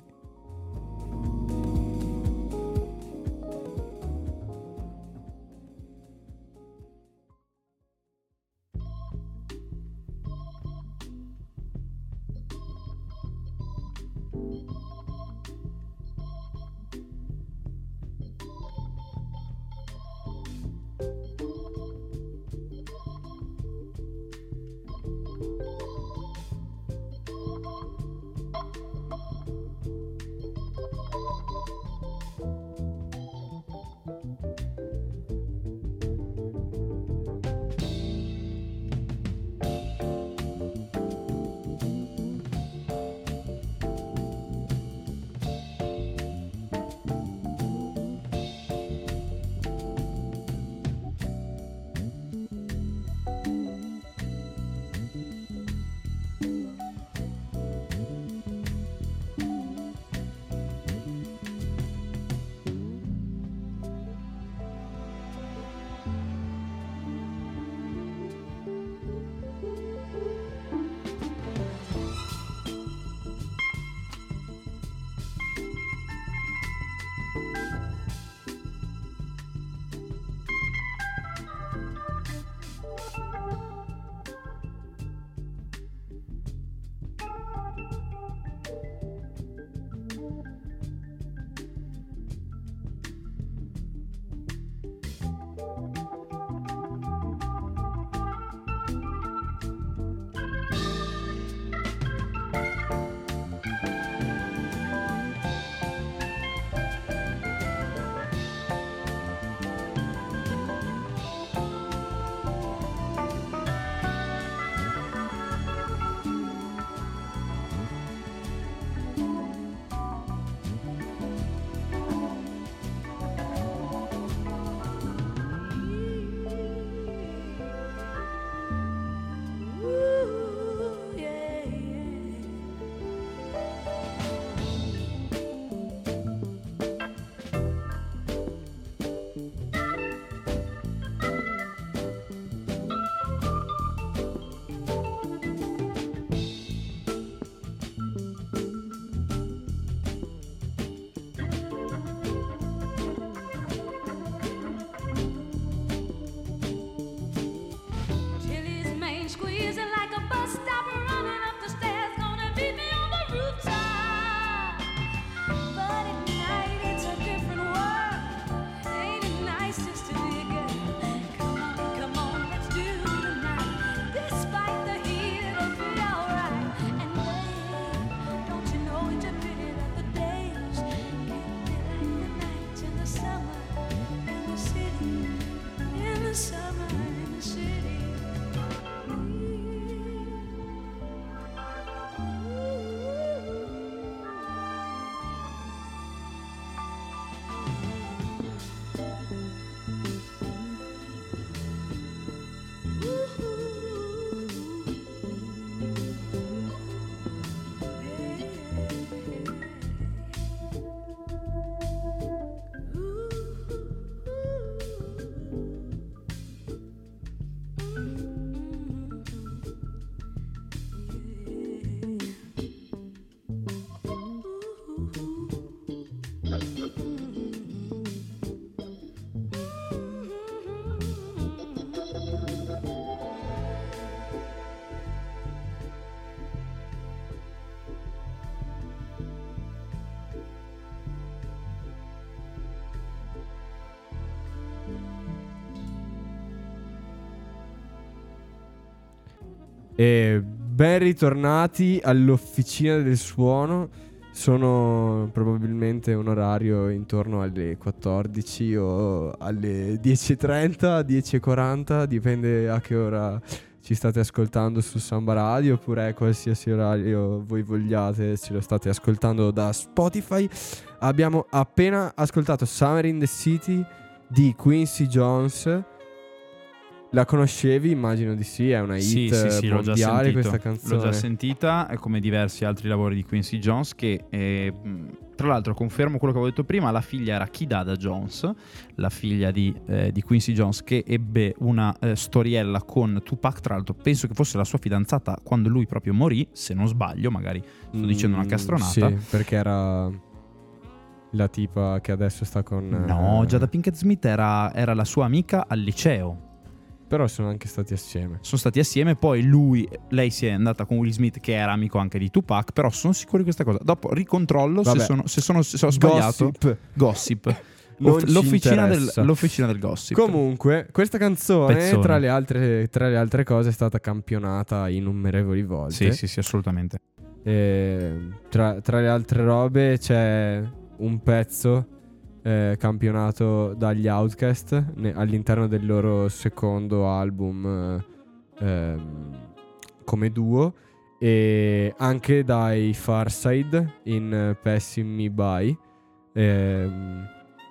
E ben ritornati all'Officina del Suono. Sono probabilmente un orario intorno alle quattordici o alle dieci e trenta, dieci e quaranta, dipende a che ora ci state ascoltando su Samba Radio, oppure qualsiasi orario voi vogliate, se lo state ascoltando da Spotify. Abbiamo appena ascoltato Summer in the City di Quincy Jones. La conoscevi? Immagino di sì, è una hit sì, sì, sì, mondiale questa canzone. L'ho già sentita, come diversi altri lavori di Quincy Jones, che eh, tra l'altro confermo quello che avevo detto prima, la figlia era Kidada Jones, la figlia di, eh, di Quincy Jones, che ebbe una eh, storiella con Tupac. Tra l'altro penso che fosse la sua fidanzata quando lui proprio morì, se non sbaglio, magari sto dicendo una castronata. Sì, perché era la tipa che adesso sta con... No, eh... Jada Pinkett Smith era, era la sua amica al liceo. Però sono anche stati assieme. Sono stati assieme, poi lui, lei si è andata con Will Smith, che era amico anche di Tupac, però sono sicuro di questa cosa. Dopo ricontrollo se sono, se, sono, se ho sbagliato. Gossip. Gossip. Non l'officina, del, l'officina del gossip. Comunque, questa canzone, tra le, altre, tra le altre cose, è stata campionata innumerevoli volte. Sì, sì, sì, assolutamente. E tra, tra le altre robe c'è un pezzo Eh, campionato dagli Outkast ne- all'interno del loro secondo album eh, ehm, come duo, e anche dai Pharcyde in uh, Passing Me By. ehm,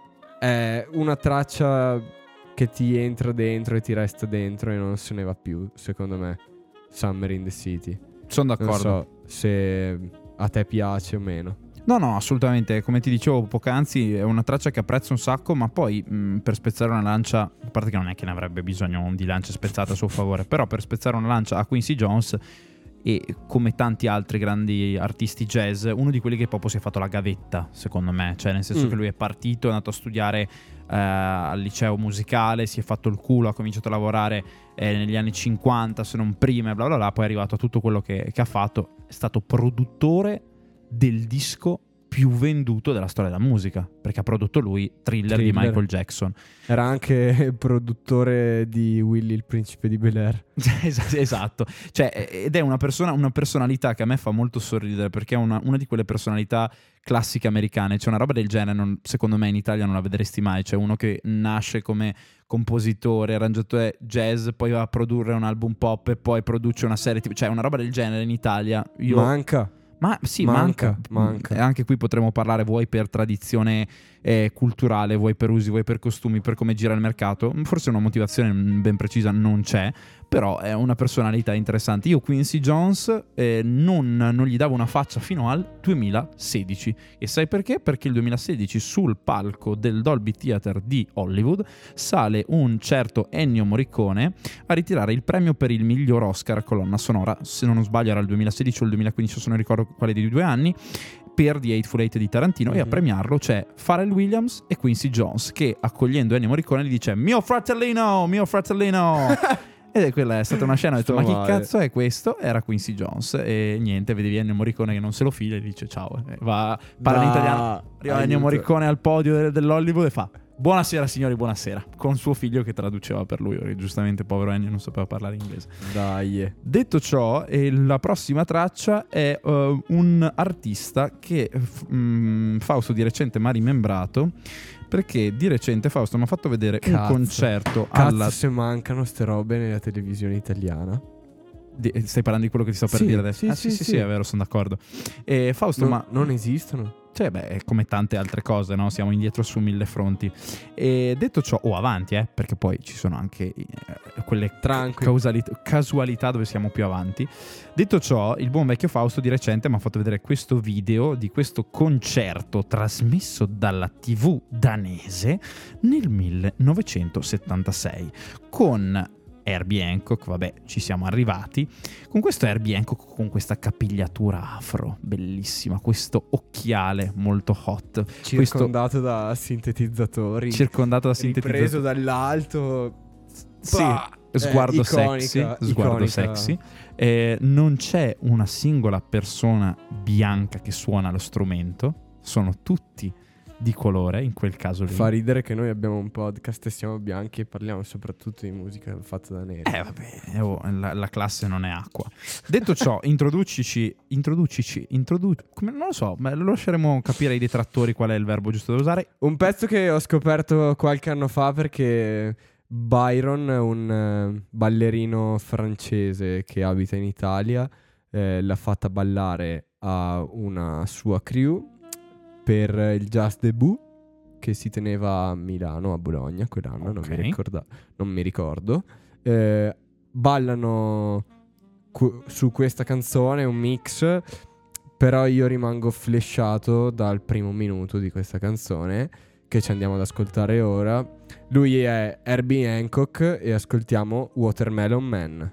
è una traccia che ti entra dentro e ti resta dentro e non se ne va più, secondo me, Summer in the City. Sono d'accordo. Non so se a te piace o meno. No, no, assolutamente. Come ti dicevo poc'anzi, è una traccia che apprezzo un sacco, ma poi mh, per spezzare una lancia, a parte che non è che ne avrebbe bisogno di lancia spezzata a suo favore, però per spezzare una lancia a Quincy Jones, e come tanti altri grandi artisti jazz, uno di quelli che proprio si è fatto la gavetta, secondo me. Cioè, nel senso mm. che lui è partito, è andato a studiare eh, al liceo musicale, si è fatto il culo, ha cominciato a lavorare eh, negli anni cinquanta, se non prima, e bla bla bla, poi è arrivato a tutto quello che, che ha fatto. È stato produttore del disco più venduto della storia della musica, perché ha prodotto lui Thriller, Thriller. di Michael Jackson. Era anche produttore di Willy il principe di Bel-Air. Esatto, cioè, ed è una persona, una personalità che a me fa molto sorridere, perché è una, una di quelle personalità classiche americane. C'è una roba del genere, non, secondo me in Italia non la vedresti mai. C'è uno che nasce come compositore, arrangiatore jazz, poi va a produrre un album pop e poi produce una serie, cioè una roba del genere in Italia io... manca. Ma sì, manca, manca. manca. Anche qui potremmo parlare, vuoi per tradizione eh, culturale, vuoi per usi, vuoi per costumi, per come gira il mercato. Forse una motivazione ben precisa non c'è, però è una personalità interessante. Io Quincy Jones eh, non, non gli davo una faccia fino al duemilasedici. E sai perché? Perché il duemilasedici sul palco del Dolby Theatre di Hollywood sale un certo Ennio Morricone a ritirare il premio per il miglior Oscar colonna sonora. Se non sbaglio era il duemilasedici o il duemilaquindici, se non ricordo quale dei due anni, per The Hateful Eight di Tarantino. Mm-hmm. E a premiarlo c'è Pharrell Williams e Quincy Jones, che accogliendo Ennio Morricone gli dice mio fratellino, mio fratellino. Ed quella è stata una scena, ho detto ma che cazzo è questo? Era Quincy Jones. E niente, vedevi Ennio Morricone che non se lo fila e dice ciao, e va, parla in italiano, arriva Ennio Morricone al podio dell'Hollywood e fa buonasera signori, buonasera, con suo figlio che traduceva per lui, perché giustamente povero Ennio non sapeva parlare inglese. Dai. Detto ciò, eh, la prossima traccia è uh, un artista che um, Fausto di recente mi ha rimembrato, perché di recente Fausto mi ha fatto vedere Cazzo. un concerto Cazzo alla... se mancano ste robe nella televisione italiana. Di, stai parlando di quello che ti sto per sì, dire adesso? Sì, ah, sì, sì, sì, sì, sì, è vero, sono d'accordo. E Fausto, non, ma... non esistono. Cioè, beh, è come tante altre cose, no? Siamo indietro su mille fronti. E detto ciò, o oh, avanti, eh, perché poi ci sono anche eh, quelle casualità, casualità dove siamo più avanti. Detto ciò, il buon vecchio Fausto di recente mi ha fatto vedere questo video di questo concerto trasmesso dalla tivù danese nel millenovecentosettantasei con Herbie Hancock. Vabbè, ci siamo arrivati con questo Herbie Hancock con questa capigliatura afro bellissima, questo occhiale molto hot, circondato questo... da sintetizzatori, circondato da sintetizzatori, preso dall'alto, sì, sguardo eh, iconica, sexy sguardo iconica. sexy eh, non c'è una singola persona bianca che suona lo strumento, sono tutti di colore, in quel caso lì. Fa ridere che noi abbiamo un podcast e siamo bianchi e parliamo soprattutto di musica fatta da neri. Eh vabbè, oh, la, la classe non è acqua. Detto ciò, introducici, introducici, introdu- come, non lo so, ma lo lasceremo capire ai detrattori qual è il verbo giusto da usare. Un pezzo che ho scoperto qualche anno fa perché Byron, un eh, ballerino francese che abita in Italia, eh, l'ha fatta ballare a una sua crew per il Just Debout che si teneva a Milano, a Bologna quell'anno, non, Ok. mi ricorda- non mi ricordo. Eh, ballano cu- su questa canzone, un mix, però io rimango flashato dal primo minuto di questa canzone che ci andiamo ad ascoltare ora. Lui è Herbie Hancock e ascoltiamo Watermelon Man.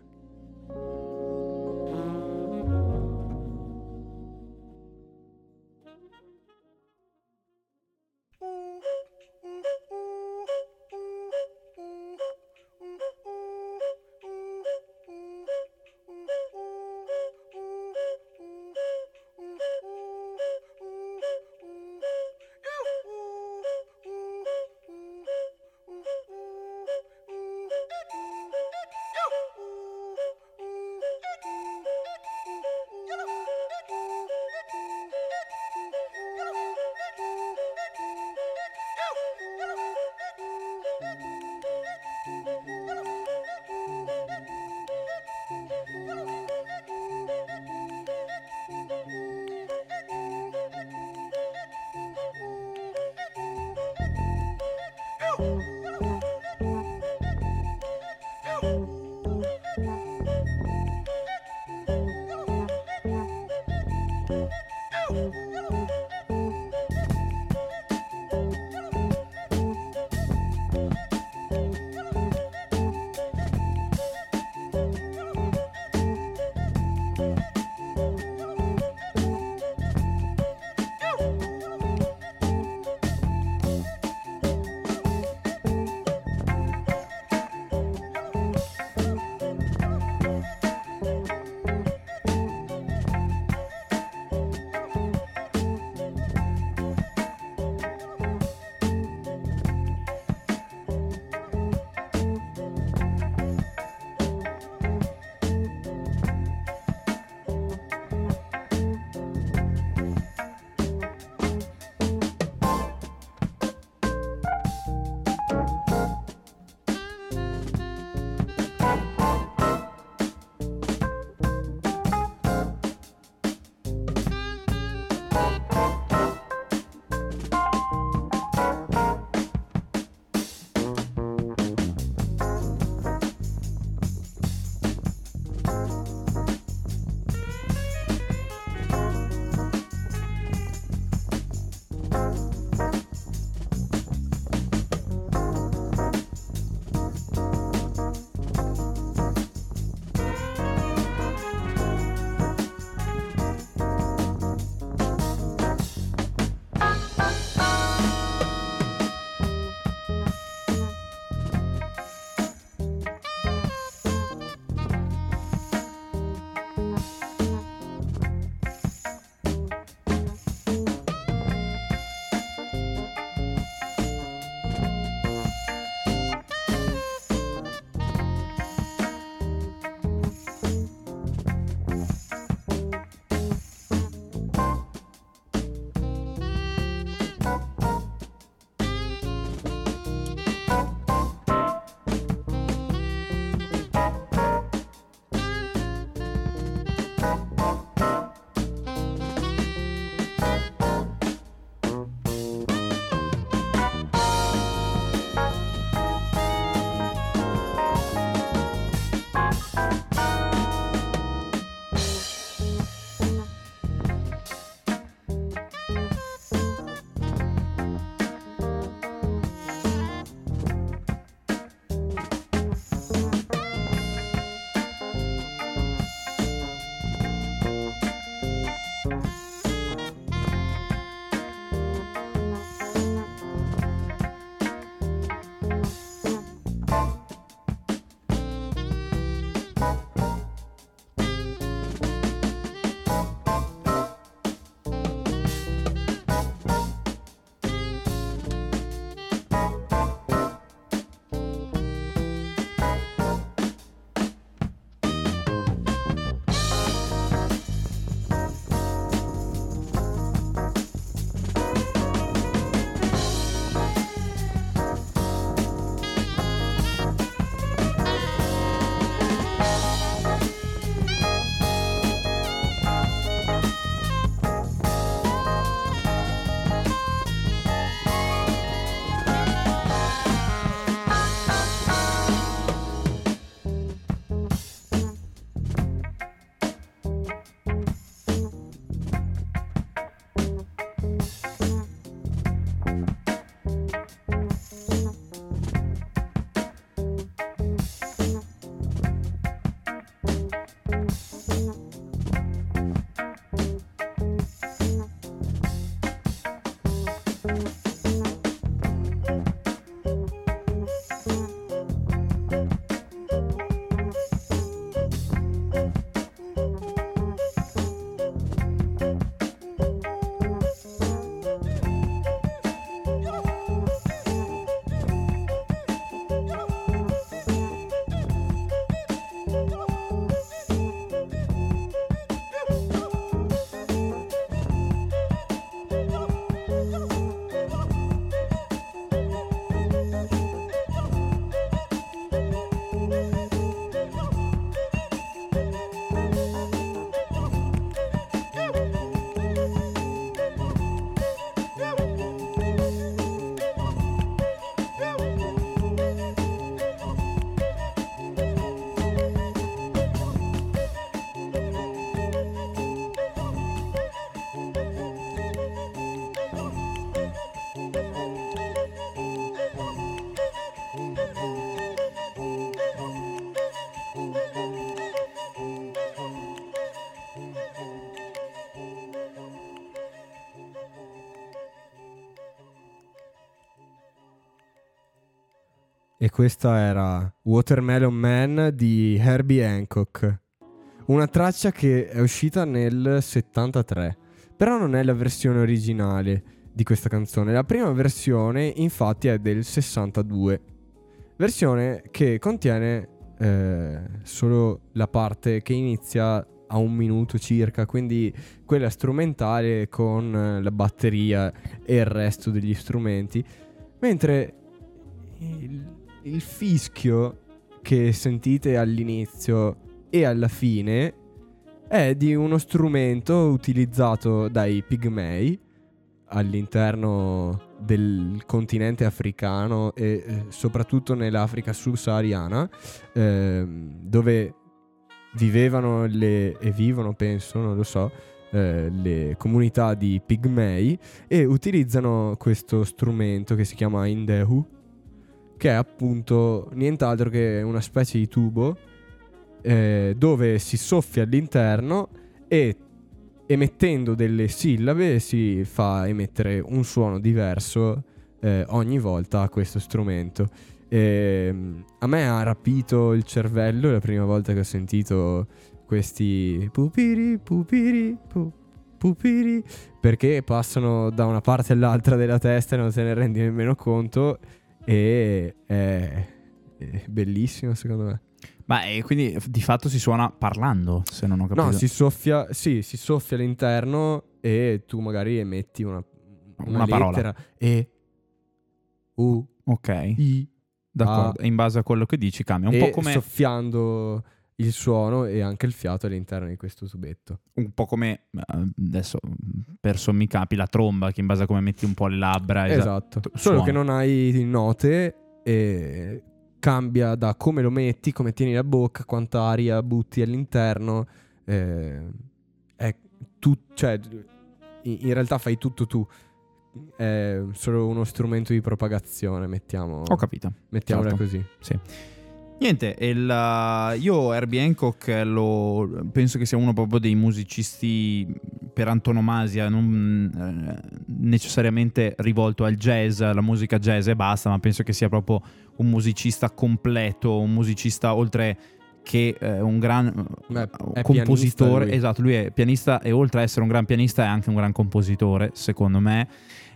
e questa era Watermelon Man di Herbie Hancock, una traccia che è uscita nel settantatré, però non è la versione originale di questa canzone. La prima versione infatti è del sessantadue, versione che contiene eh, solo la parte che inizia a un minuto circa, quindi quella strumentale con la batteria e il resto degli strumenti, mentre il, il fischio che sentite all'inizio e alla fine è di uno strumento utilizzato dai pigmei all'interno del continente africano e eh, soprattutto nell'Africa subsahariana, eh, dove vivevano le, e vivono, penso, non lo so, eh, le comunità di pigmei, e utilizzano questo strumento che si chiama indehu, che è appunto nient'altro che una specie di tubo eh, dove si soffia all'interno e emettendo delle sillabe si fa emettere un suono diverso eh, ogni volta a questo strumento. E, a me ha rapito il cervello la prima volta che ho sentito questi pupiri pupiri pu, pupiri, perché passano da una parte all'altra della testa e non te ne rendi nemmeno conto, e è, è bellissimo secondo me. Ma e quindi di fatto si suona parlando, se non ho capito. No, si soffia, sì, si soffia all'interno e tu magari emetti una, una, una parola. lettera E, U, ok, I, d'accordo. A, E in base a quello che dici cambia. Un e po' come soffiando il suono e anche il fiato all'interno di questo tubetto. un po' come adesso per sommi capi la tromba, che in base a come metti un po' le labbra. Esatto. esatto Solo suona. che non hai note e cambia da come lo metti, come tieni la bocca, quanta aria butti all'interno. Eh, è tu, cioè, in, in realtà fai tutto tu. È solo uno strumento di propagazione, mettiamo. Ho capito. Mettiamola Certo. così. Sì. Niente, il, uh, io Herbie Hancock lo, penso che sia uno proprio dei musicisti per antonomasia, non eh, necessariamente rivolto al jazz, alla musica jazz e basta, ma penso che sia proprio un musicista completo, un musicista oltre che eh, un gran Beh, è compositore. lui. Esatto, lui è pianista e oltre a essere un gran pianista è anche un gran compositore, secondo me.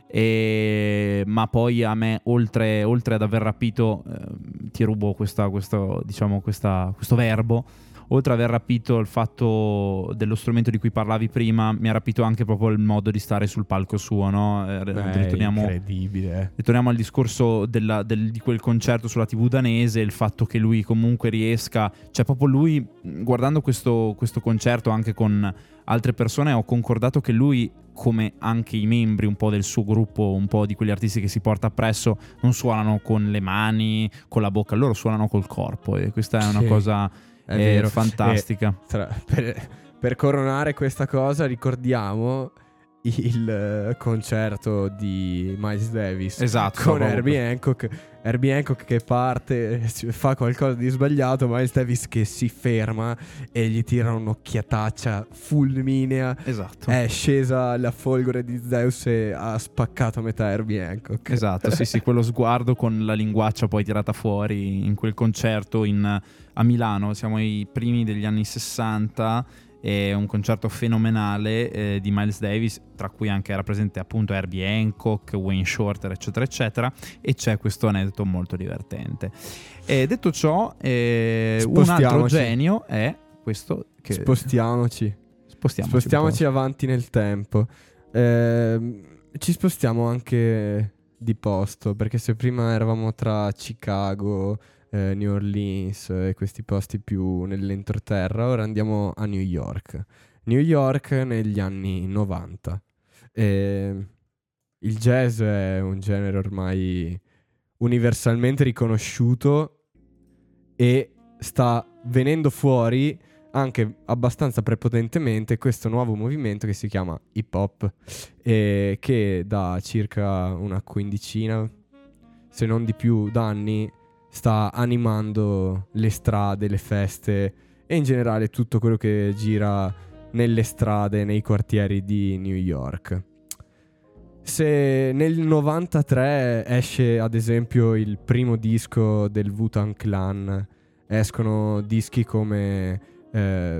E, ma poi a me oltre, oltre ad aver rapito eh, ti rubo questa, questo, diciamo questa, questo verbo, oltre ad aver rapito il fatto dello strumento di cui parlavi prima, mi ha rapito anche proprio il modo di stare sul palco suo, no? Eh, Beh, ritorniamo, incredibile. ritorniamo al discorso della, del, di quel concerto sulla tivù danese, il fatto che lui comunque riesca, cioè proprio lui, guardando questo, questo concerto anche con altre persone, ho concordato che lui, come anche i membri un po' del suo gruppo, un po' di quegli artisti che si porta appresso, non suonano con le mani, con la bocca, loro suonano col corpo, e questa è una sì, cosa è eh, vero. fantastica. E tra, per, per coronare questa cosa ricordiamo il uh, concerto di Miles Davis, Esatto, con proprio. Herbie Hancock. Herbie Hancock che parte, fa qualcosa di sbagliato, Miles Davis che si ferma e gli tira un'occhiataccia fulminea. Esatto. È scesa la folgore di Zeus e ha spaccato a metà Herbie Hancock. Esatto, sì, sì, quello sguardo con la linguaccia poi tirata fuori in quel concerto in, a Milano. Siamo ai primi degli anni sessanta. È un concerto fenomenale eh, di Miles Davis, tra cui anche era presente appunto Herbie Hancock, Wayne Shorter, eccetera eccetera, e c'è questo aneddoto molto divertente. E detto ciò, eh, un altro genio è questo che... spostiamoci spostiamoci, spostiamoci avanti nel tempo. Eh, ci spostiamo anche di posto, perché se prima eravamo tra Chicago, Eh, New Orleans e eh, questi posti più nell'entroterra, ora andiamo a New York. New York negli anni novanta. E il jazz è un genere ormai universalmente riconosciuto e sta venendo fuori anche abbastanza prepotentemente questo nuovo movimento che si chiama hip hop, e che da circa una quindicina, se non di più, d'anni sta animando le strade, le feste e in generale tutto quello che gira nelle strade, nei quartieri di New York. se nel novantatré esce ad esempio il primo disco del Wu-Tang Clan, escono dischi come eh,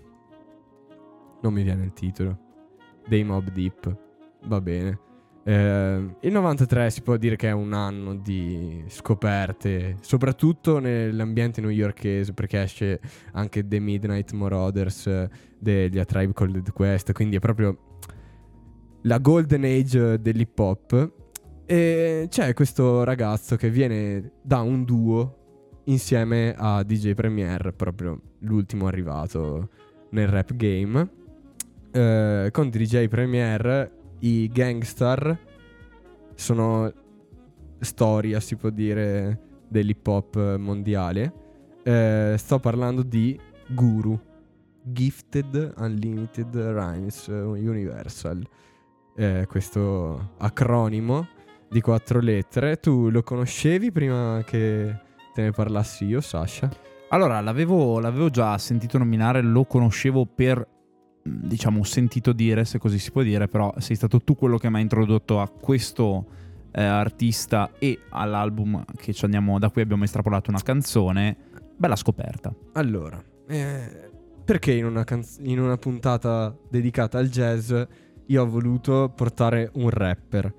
non mi viene il titolo, dei Mobb Deep, va bene. Eh, il novantatré si può dire che è un anno di scoperte, soprattutto nell'ambiente newyorkese, perché esce anche The Midnight Marauders degli A Tribe Called Quest, quindi è proprio la golden age dell'hip hop. E c'è questo ragazzo che viene da un duo insieme a D J Premier, proprio l'ultimo arrivato nel rap game. Eh, con D J Premier i Gangstar sono storia, si può dire, dell'hip hop mondiale. Eh, sto parlando di Guru, Gifted Unlimited Rhymes Universal, eh, questo acronimo di quattro lettere. Tu lo conoscevi prima che te ne parlassi io, Sasha? Allora, l'avevo, l'avevo già sentito nominare, lo conoscevo per, diciamo, sentito dire, se così si può dire, però sei stato tu quello che mi ha introdotto a questo eh, artista e all'album che ci andiamo, da cui abbiamo estrapolato una canzone. Bella scoperta. Allora, eh, perché in una, canz- in una puntata dedicata al jazz io ho voluto portare un rapper?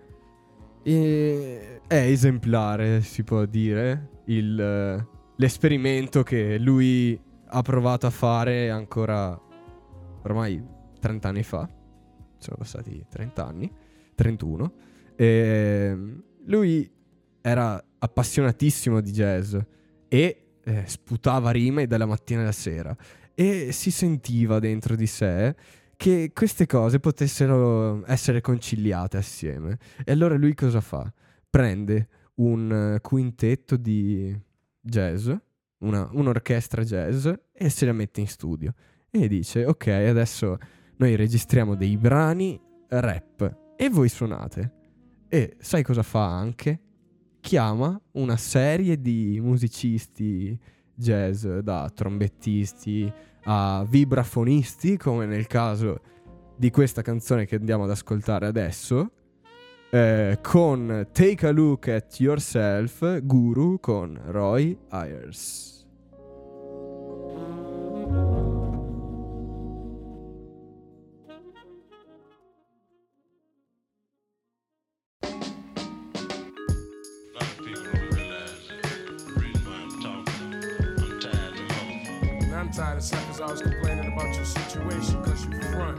E è esemplare, si può dire, il, l'esperimento che lui ha provato a fare ancora ormai trenta anni fa. Sono passati trenta anni, trentuno. E lui era appassionatissimo di jazz e eh, sputava rime dalla mattina alla sera, e si sentiva dentro di sé che queste cose potessero essere conciliate assieme. E allora lui cosa fa? Prende un quintetto di jazz, una, un'orchestra jazz, e se la mette in studio e dice: ok, adesso noi registriamo dei brani rap e voi suonate. E sai cosa fa anche? Chiama una serie di musicisti jazz, da trombettisti a vibrafonisti, come nel caso di questa canzone che andiamo ad ascoltare adesso, eh, con Take a Look at Yourself, Guru con Roy Ayers. I'm tired of suckers always complaining about your situation cause you front.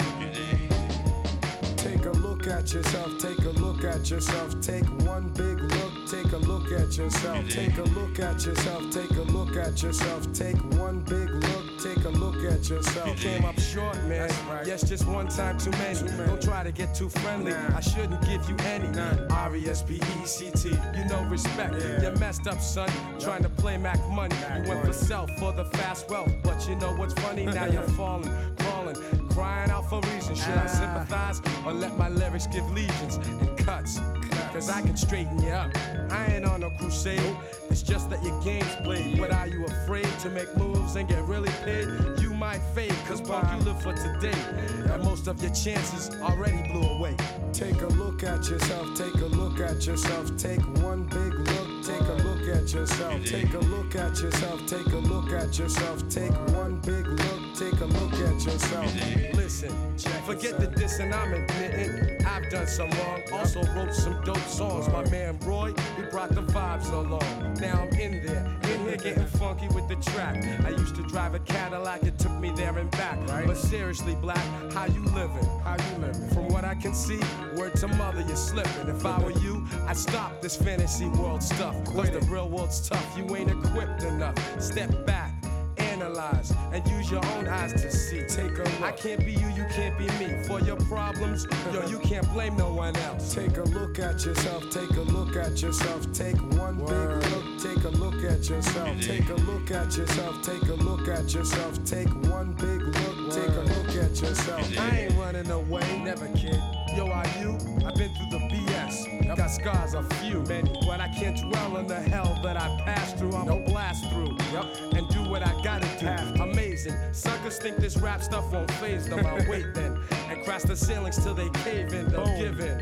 Take a look at yourself, take a look at yourself, take one big look, take a look at yourself, take a look at yourself, take a look at yourself, take one big look, take a look at yourself. You came up short, man. Right. Yes, just one time too many. too many. Don't try to get too friendly. Nah. I shouldn't give you any. Nah. R E S P E C T, you know respect. Yeah. You're messed up, son. Yep. Trying to play Mac money. Mac you went money. For self, for the fast wealth. But you know what's funny? Now you're falling, crawling, crying out for reasons. Should I sympathize or let my lyrics give legions and cuts? Cause I can straighten you up. I ain't on no crusade. It's just that your game's played. But are you afraid to make moves and get really paid? You might fade, cause punk, you live for today. And most of your chances already blew away. Take a look at yourself, take a look at yourself, take one big look, take a look at yourself, take a look at yourself, take a look at yourself, take one big look, take a look at yourself. Listen, forget the dissing I'm admitting. I've done some wrong, also wrote some dope songs. My man Roy, he brought the vibes along. Now I'm in there, in here getting funky with the track. I used to drive a Cadillac, it took me there and back. Right. But seriously, Black, how you living? How you living? From what I can see, word to mother, you're slipping. If I were you, I'd stop this fantasy world stuff. Cause the real world's tough, you ain't equipped enough. Step back, analyze, and use your own eyes to see. Take a look. I can't be you, you can't be me. For your problems, yo, you can't blame no one else. Take a look at yourself, take a look at yourself, take one Word. Big look, take a look at yourself, take a look at yourself, take a look at yourself, take one big look, Word. Take a look at yourself. I ain't running away, never kid. Yo, are you? I've been through the B S. Yep. Got scars, a few, many, but I can't dwell on the hell that I passed through. I'm nope. a blast through, yep. and do what I gotta do. Have. Amazing. Suckers think this rap stuff won't phase them. I wait then and crash the ceilings till they cave in. They'll Boom. Give in.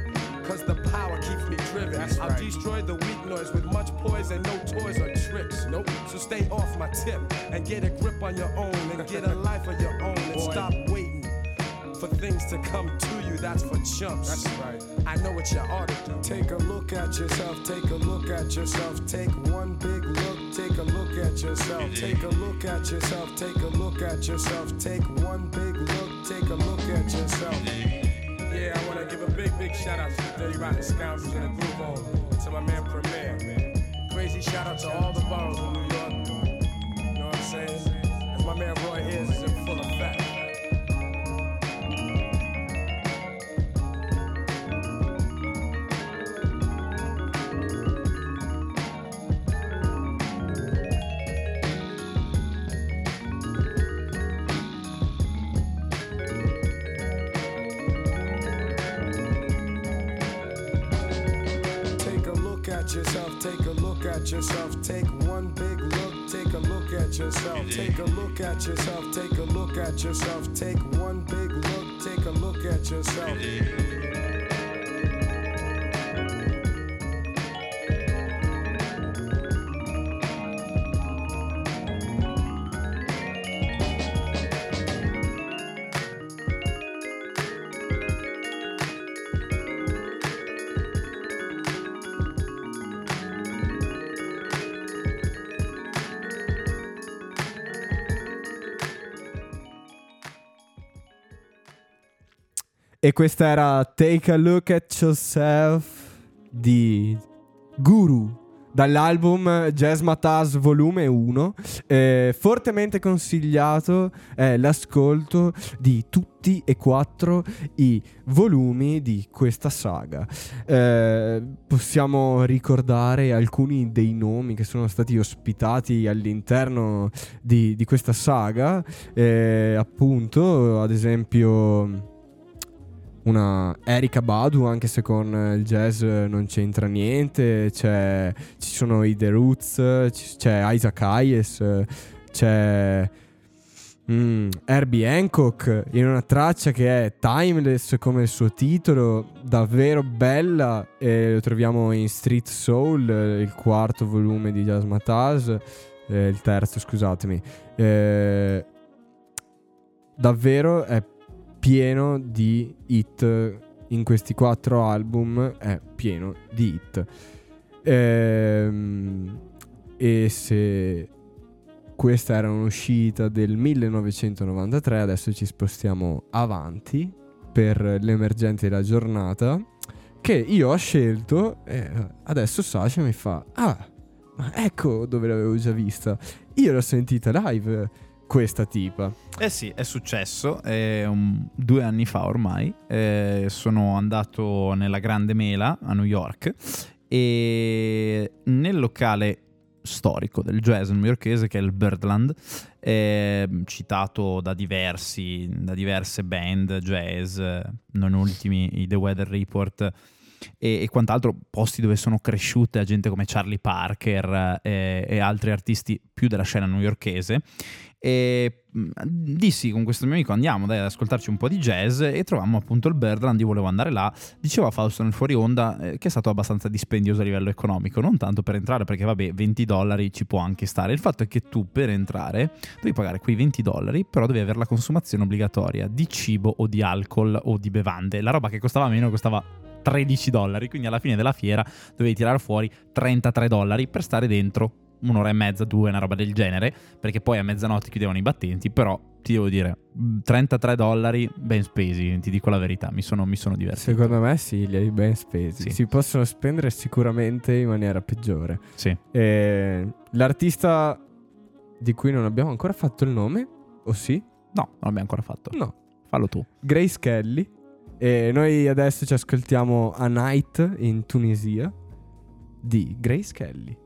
cause the power keeps me driven. That's I'll right. destroy the weak noise with much poise and no toys or tricks. Nope. So stay off my tip and get a grip on your own and get a life of your own and Boy. stop waiting for things to come to you. That's for chumps. That's right. I know what you ought to do. Take a look at yourself. Take a look at yourself. Take one big look. Take a look at yourself. Take a look at yourself. Take a look at yourself. Take one big look. Take a look at yourself. Yeah, I want to give a big, big shout out to the Dirty Rotten Scoundrels in the Groove Home, to my man Premier. Crazy shout out to all the boroughs in New York. You know what I'm saying? As my man Roy is, is in full effect. Yourself, take a look at yourself, take one big look, take a look at yourself, take a look at yourself, take a look at yourself, take one big look, take a look at yourself. E questa era Take a Look at Yourself di Guru, dall'album Jazzmatazz volume uno. Eh, fortemente consigliato è l'ascolto di tutti e quattro i volumi di questa saga. Eh, possiamo ricordare alcuni dei nomi che sono stati ospitati all'interno di, di questa saga. Eh, appunto, ad esempio una Erykah Badu, anche se con il jazz non c'entra niente. C'è, ci sono i The Roots, c'è Isaac Hayes, c'è mm, Herbie Hancock in una traccia che è timeless come il suo titolo, davvero bella, e lo troviamo in Street Soul, il quarto volume di Jazzmatazz, eh, il terzo scusatemi. Eh, davvero è pieno di hit. In questi quattro album è pieno di hit. Ehm, e se questa era un'uscita del millenovecentonovantatré, adesso ci spostiamo avanti per l'emergente della giornata, che io ho scelto, e adesso Sasha mi fa: ah, ma ecco dove l'avevo già vista, io l'ho sentita live questa tipa. Eh sì, è successo eh, un, due anni fa ormai. eh, Sono andato nella Grande Mela a New York, e nel locale storico del jazz newyorkese, che è il Birdland, eh, citato da diversi da diverse band jazz, non ultimi i The Weather Report e, e quant'altro, posti dove sono cresciute a gente come Charlie Parker eh, e altri artisti più della scena newyorkese. E dissi con questo mio amico: andiamo dai ad ascoltarci un po' di jazz, e trovammo appunto il Birdland. Io volevo andare là, diceva Fausto nel fuori onda eh, che è stato abbastanza dispendioso a livello economico, non tanto per entrare, perché vabbè, venti dollari ci può anche stare. Il fatto è che tu per entrare devi pagare quei venti dollari, però devi avere la consumazione obbligatoria di cibo o di alcol o di bevande. La roba che costava meno costava tredici dollari, quindi alla fine della fiera dovevi tirare fuori trentatré dollari per stare dentro un'ora e mezza, due, una roba del genere, perché poi a mezzanotte chiudevano i battenti. Però ti devo dire, trentatré dollari ben spesi, ti dico la verità, mi sono, mi sono divertito. Secondo me sì, li hai ben spesi. Sì. Si possono spendere sicuramente in maniera peggiore. Sì. E l'artista di cui non abbiamo ancora fatto il nome, o sì? No, non l'abbiamo ancora fatto. No. Fallo tu. Grace Kelly. E noi adesso ci ascoltiamo A Night in Tunisia di Grace Kelly.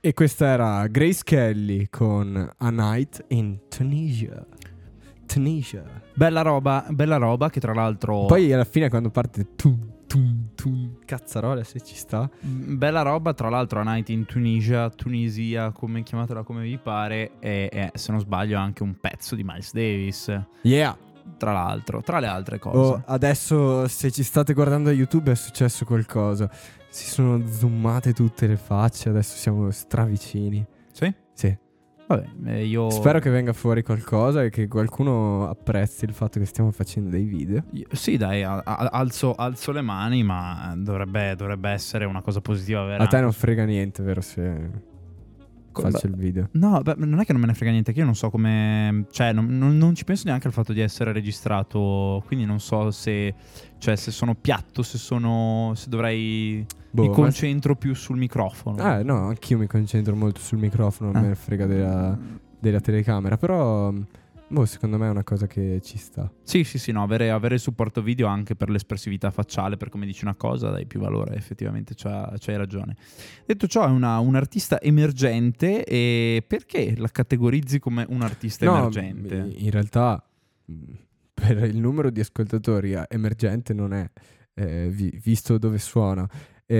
E questa era Grace Kelly con A Night in Tunisia. Tunisia. Bella roba, bella roba che tra l'altro... Poi alla fine quando parte tum, tum, tum, cazzarola se ci sta. Bella roba, tra l'altro A Night in Tunisia, Tunisia, come chiamatela come vi pare, è, è se non sbaglio anche un pezzo di Miles Davis. Yeah. Tra l'altro, tra le altre cose. Oh, adesso se ci state guardando a YouTube è successo qualcosa. Si sono zoomate tutte le facce, adesso siamo stravicini. Sì? Sì. Vabbè, eh, io... Spero che venga fuori qualcosa e che qualcuno apprezzi il fatto che stiamo facendo dei video. Io- sì, dai, a- a- alzo, alzo le mani, ma dovrebbe, dovrebbe essere una cosa positiva vera. A te non frega niente, vero, se faccio Beh, il video? No, beh, non è che non me ne frega niente, che io non so come... Cioè, non, non- non ci penso neanche al fatto di essere registrato, quindi non so se... Cioè, se sono piatto, se sono... Se dovrei... Boh, mi ma- concentro più sul microfono. Ah, no, anch'io mi concentro molto sul microfono, non Ah. me ne frega della, della telecamera, però boh, secondo me è una cosa che ci sta. Sì, sì, sì, no, avere, avere il supporto video anche per l'espressività facciale, per come dici una cosa, dai più valore, effettivamente c'ha- c'hai ragione. Detto ciò, è una, un artista emergente, e perché la categorizzi come un artista No, emergente? in realtà mh, per il numero di ascoltatori eh, emergente non è, eh, vi- visto dove suona.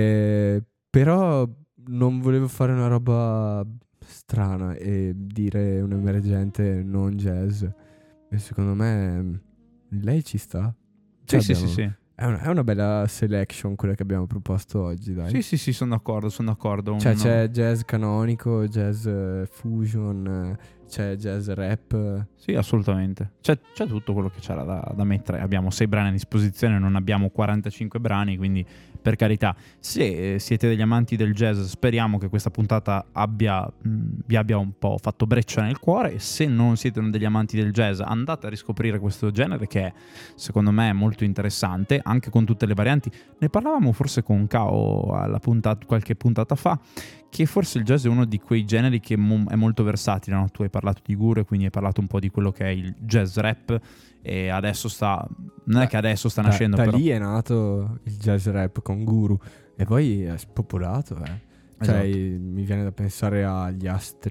Eh, però non volevo fare una roba strana e dire un emergente non jazz. E secondo me mh, lei ci sta. Sì, Cioè, sì, sì, abbiamo- sì. È una, è una bella selection quella che abbiamo proposto oggi, dai. Sì, sì, sì, sono d'accordo, sono d'accordo. Cioè Un- c'è jazz canonico, jazz eh, fusion, eh, c'è jazz rap. eh. Sì, assolutamente. C'è, c'è tutto quello che c'era da, da mettere. Abbiamo sei brani a disposizione, non abbiamo quarantacinque brani, quindi per carità, se eh, siete degli amanti del jazz, speriamo che questa puntata abbia, mh, vi abbia un po' fatto breccia nel cuore. E se non siete degli amanti del jazz, andate a riscoprire questo genere che è, secondo me, molto interessante, anche con tutte le varianti. Ne parlavamo forse con Kao alla puntata, qualche puntata fa, che forse il jazz è uno di quei generi che mo- è molto versatile, no? Tu hai parlato di Guru, quindi hai parlato un po' di quello che è il jazz rap, e adesso sta... non è che adesso sta Da- nascendo, da però... lì è nato il jazz rap con Guru e poi è spopolato, eh. Cioè, Esatto. i- mi viene da pensare agli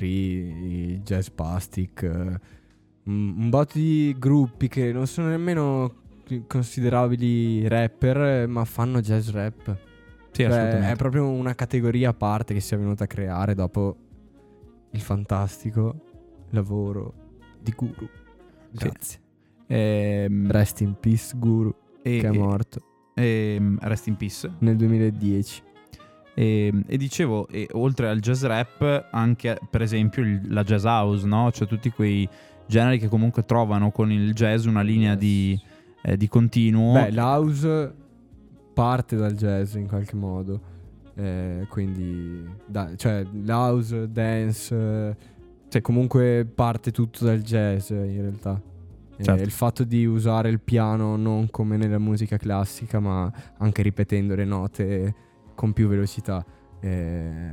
Astri, i Jazz Plastic, eh, un, un botto di gruppi che non sono nemmeno considerabili rapper, eh, ma fanno jazz rap. Sì, Cioè, assolutamente. è proprio una categoria a parte che si è venuta a creare dopo il fantastico lavoro di Guru. Grazie. Ehm, Rest in peace Guru, e, che è e- morto ehm, rest in peace. nel duemiladieci. E, e dicevo, e oltre al jazz rap, anche per esempio il- la jazz house, no? Cioè tutti quei generi che comunque trovano con il jazz una linea Yes. di, eh, di continuo. Beh, l'house parte dal jazz in qualche modo, eh, quindi da- cioè l'house, dance, eh, cioè comunque parte tutto dal jazz eh, in realtà. Eh, Certo. il fatto di usare il piano non come nella musica classica, ma anche ripetendo le note con più velocità, eh,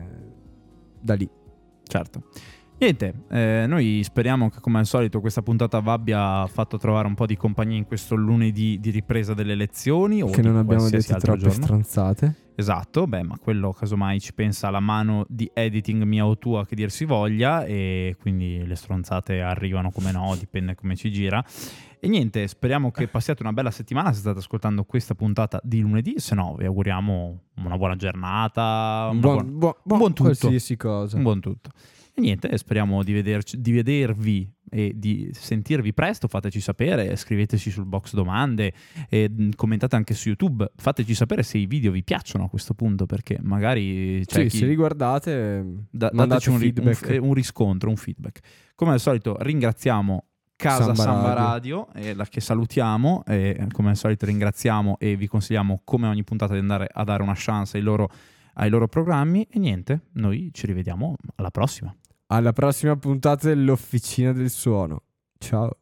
da lì. Certo. Niente, eh, noi speriamo che come al solito questa puntata vi abbia fatto trovare un po' di compagnia in questo lunedì di ripresa delle lezioni, o Che di non abbiamo qualsiasi detto altro troppe giorno. stronzate. Esatto, beh, ma quello casomai ci pensa la mano di editing mia o tua che dir si voglia, e quindi le stronzate arrivano come no, dipende come ci gira. E niente, speriamo che passiate una bella settimana se state ascoltando questa puntata di lunedì, se no vi auguriamo una buona giornata, una Buon, buona- buon, un buon tutto. qualsiasi cosa. un buon tutto. E niente, speriamo di, vederci, di vedervi e di sentirvi presto. Fateci sapere, scriveteci sul box domande e mh, commentate anche su YouTube. Fateci sapere se i video vi piacciono a questo punto, perché magari c'è Sì, chi... se li guardate, da- mandate dateci un, ri- un feedback. f- un riscontro, un feedback. Come al solito ringraziamo Casa Samba Samba Radio, eh, la che salutiamo, e come al solito ringraziamo e vi consigliamo come ogni puntata di andare a dare una chance ai loro, ai loro programmi. E niente, noi ci rivediamo alla prossima. Alla prossima puntata dell'Officina del Suono. Ciao.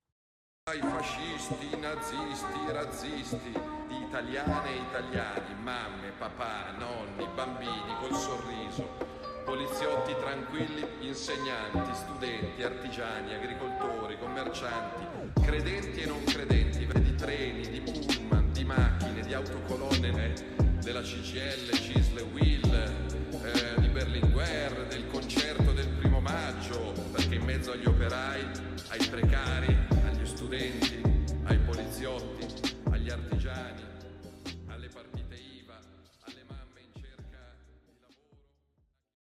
Ai fascisti, nazisti, razzisti, di italiane e italiani, mamme, papà, nonni, bambini col sorriso, poliziotti tranquilli, insegnanti, studenti, artigiani, agricoltori, commercianti, credenti e non credenti, di treni, di pullman, di macchine, di autocolonne, eh, della C G I L, C I S L, Will, eh, di Berlinguer, de-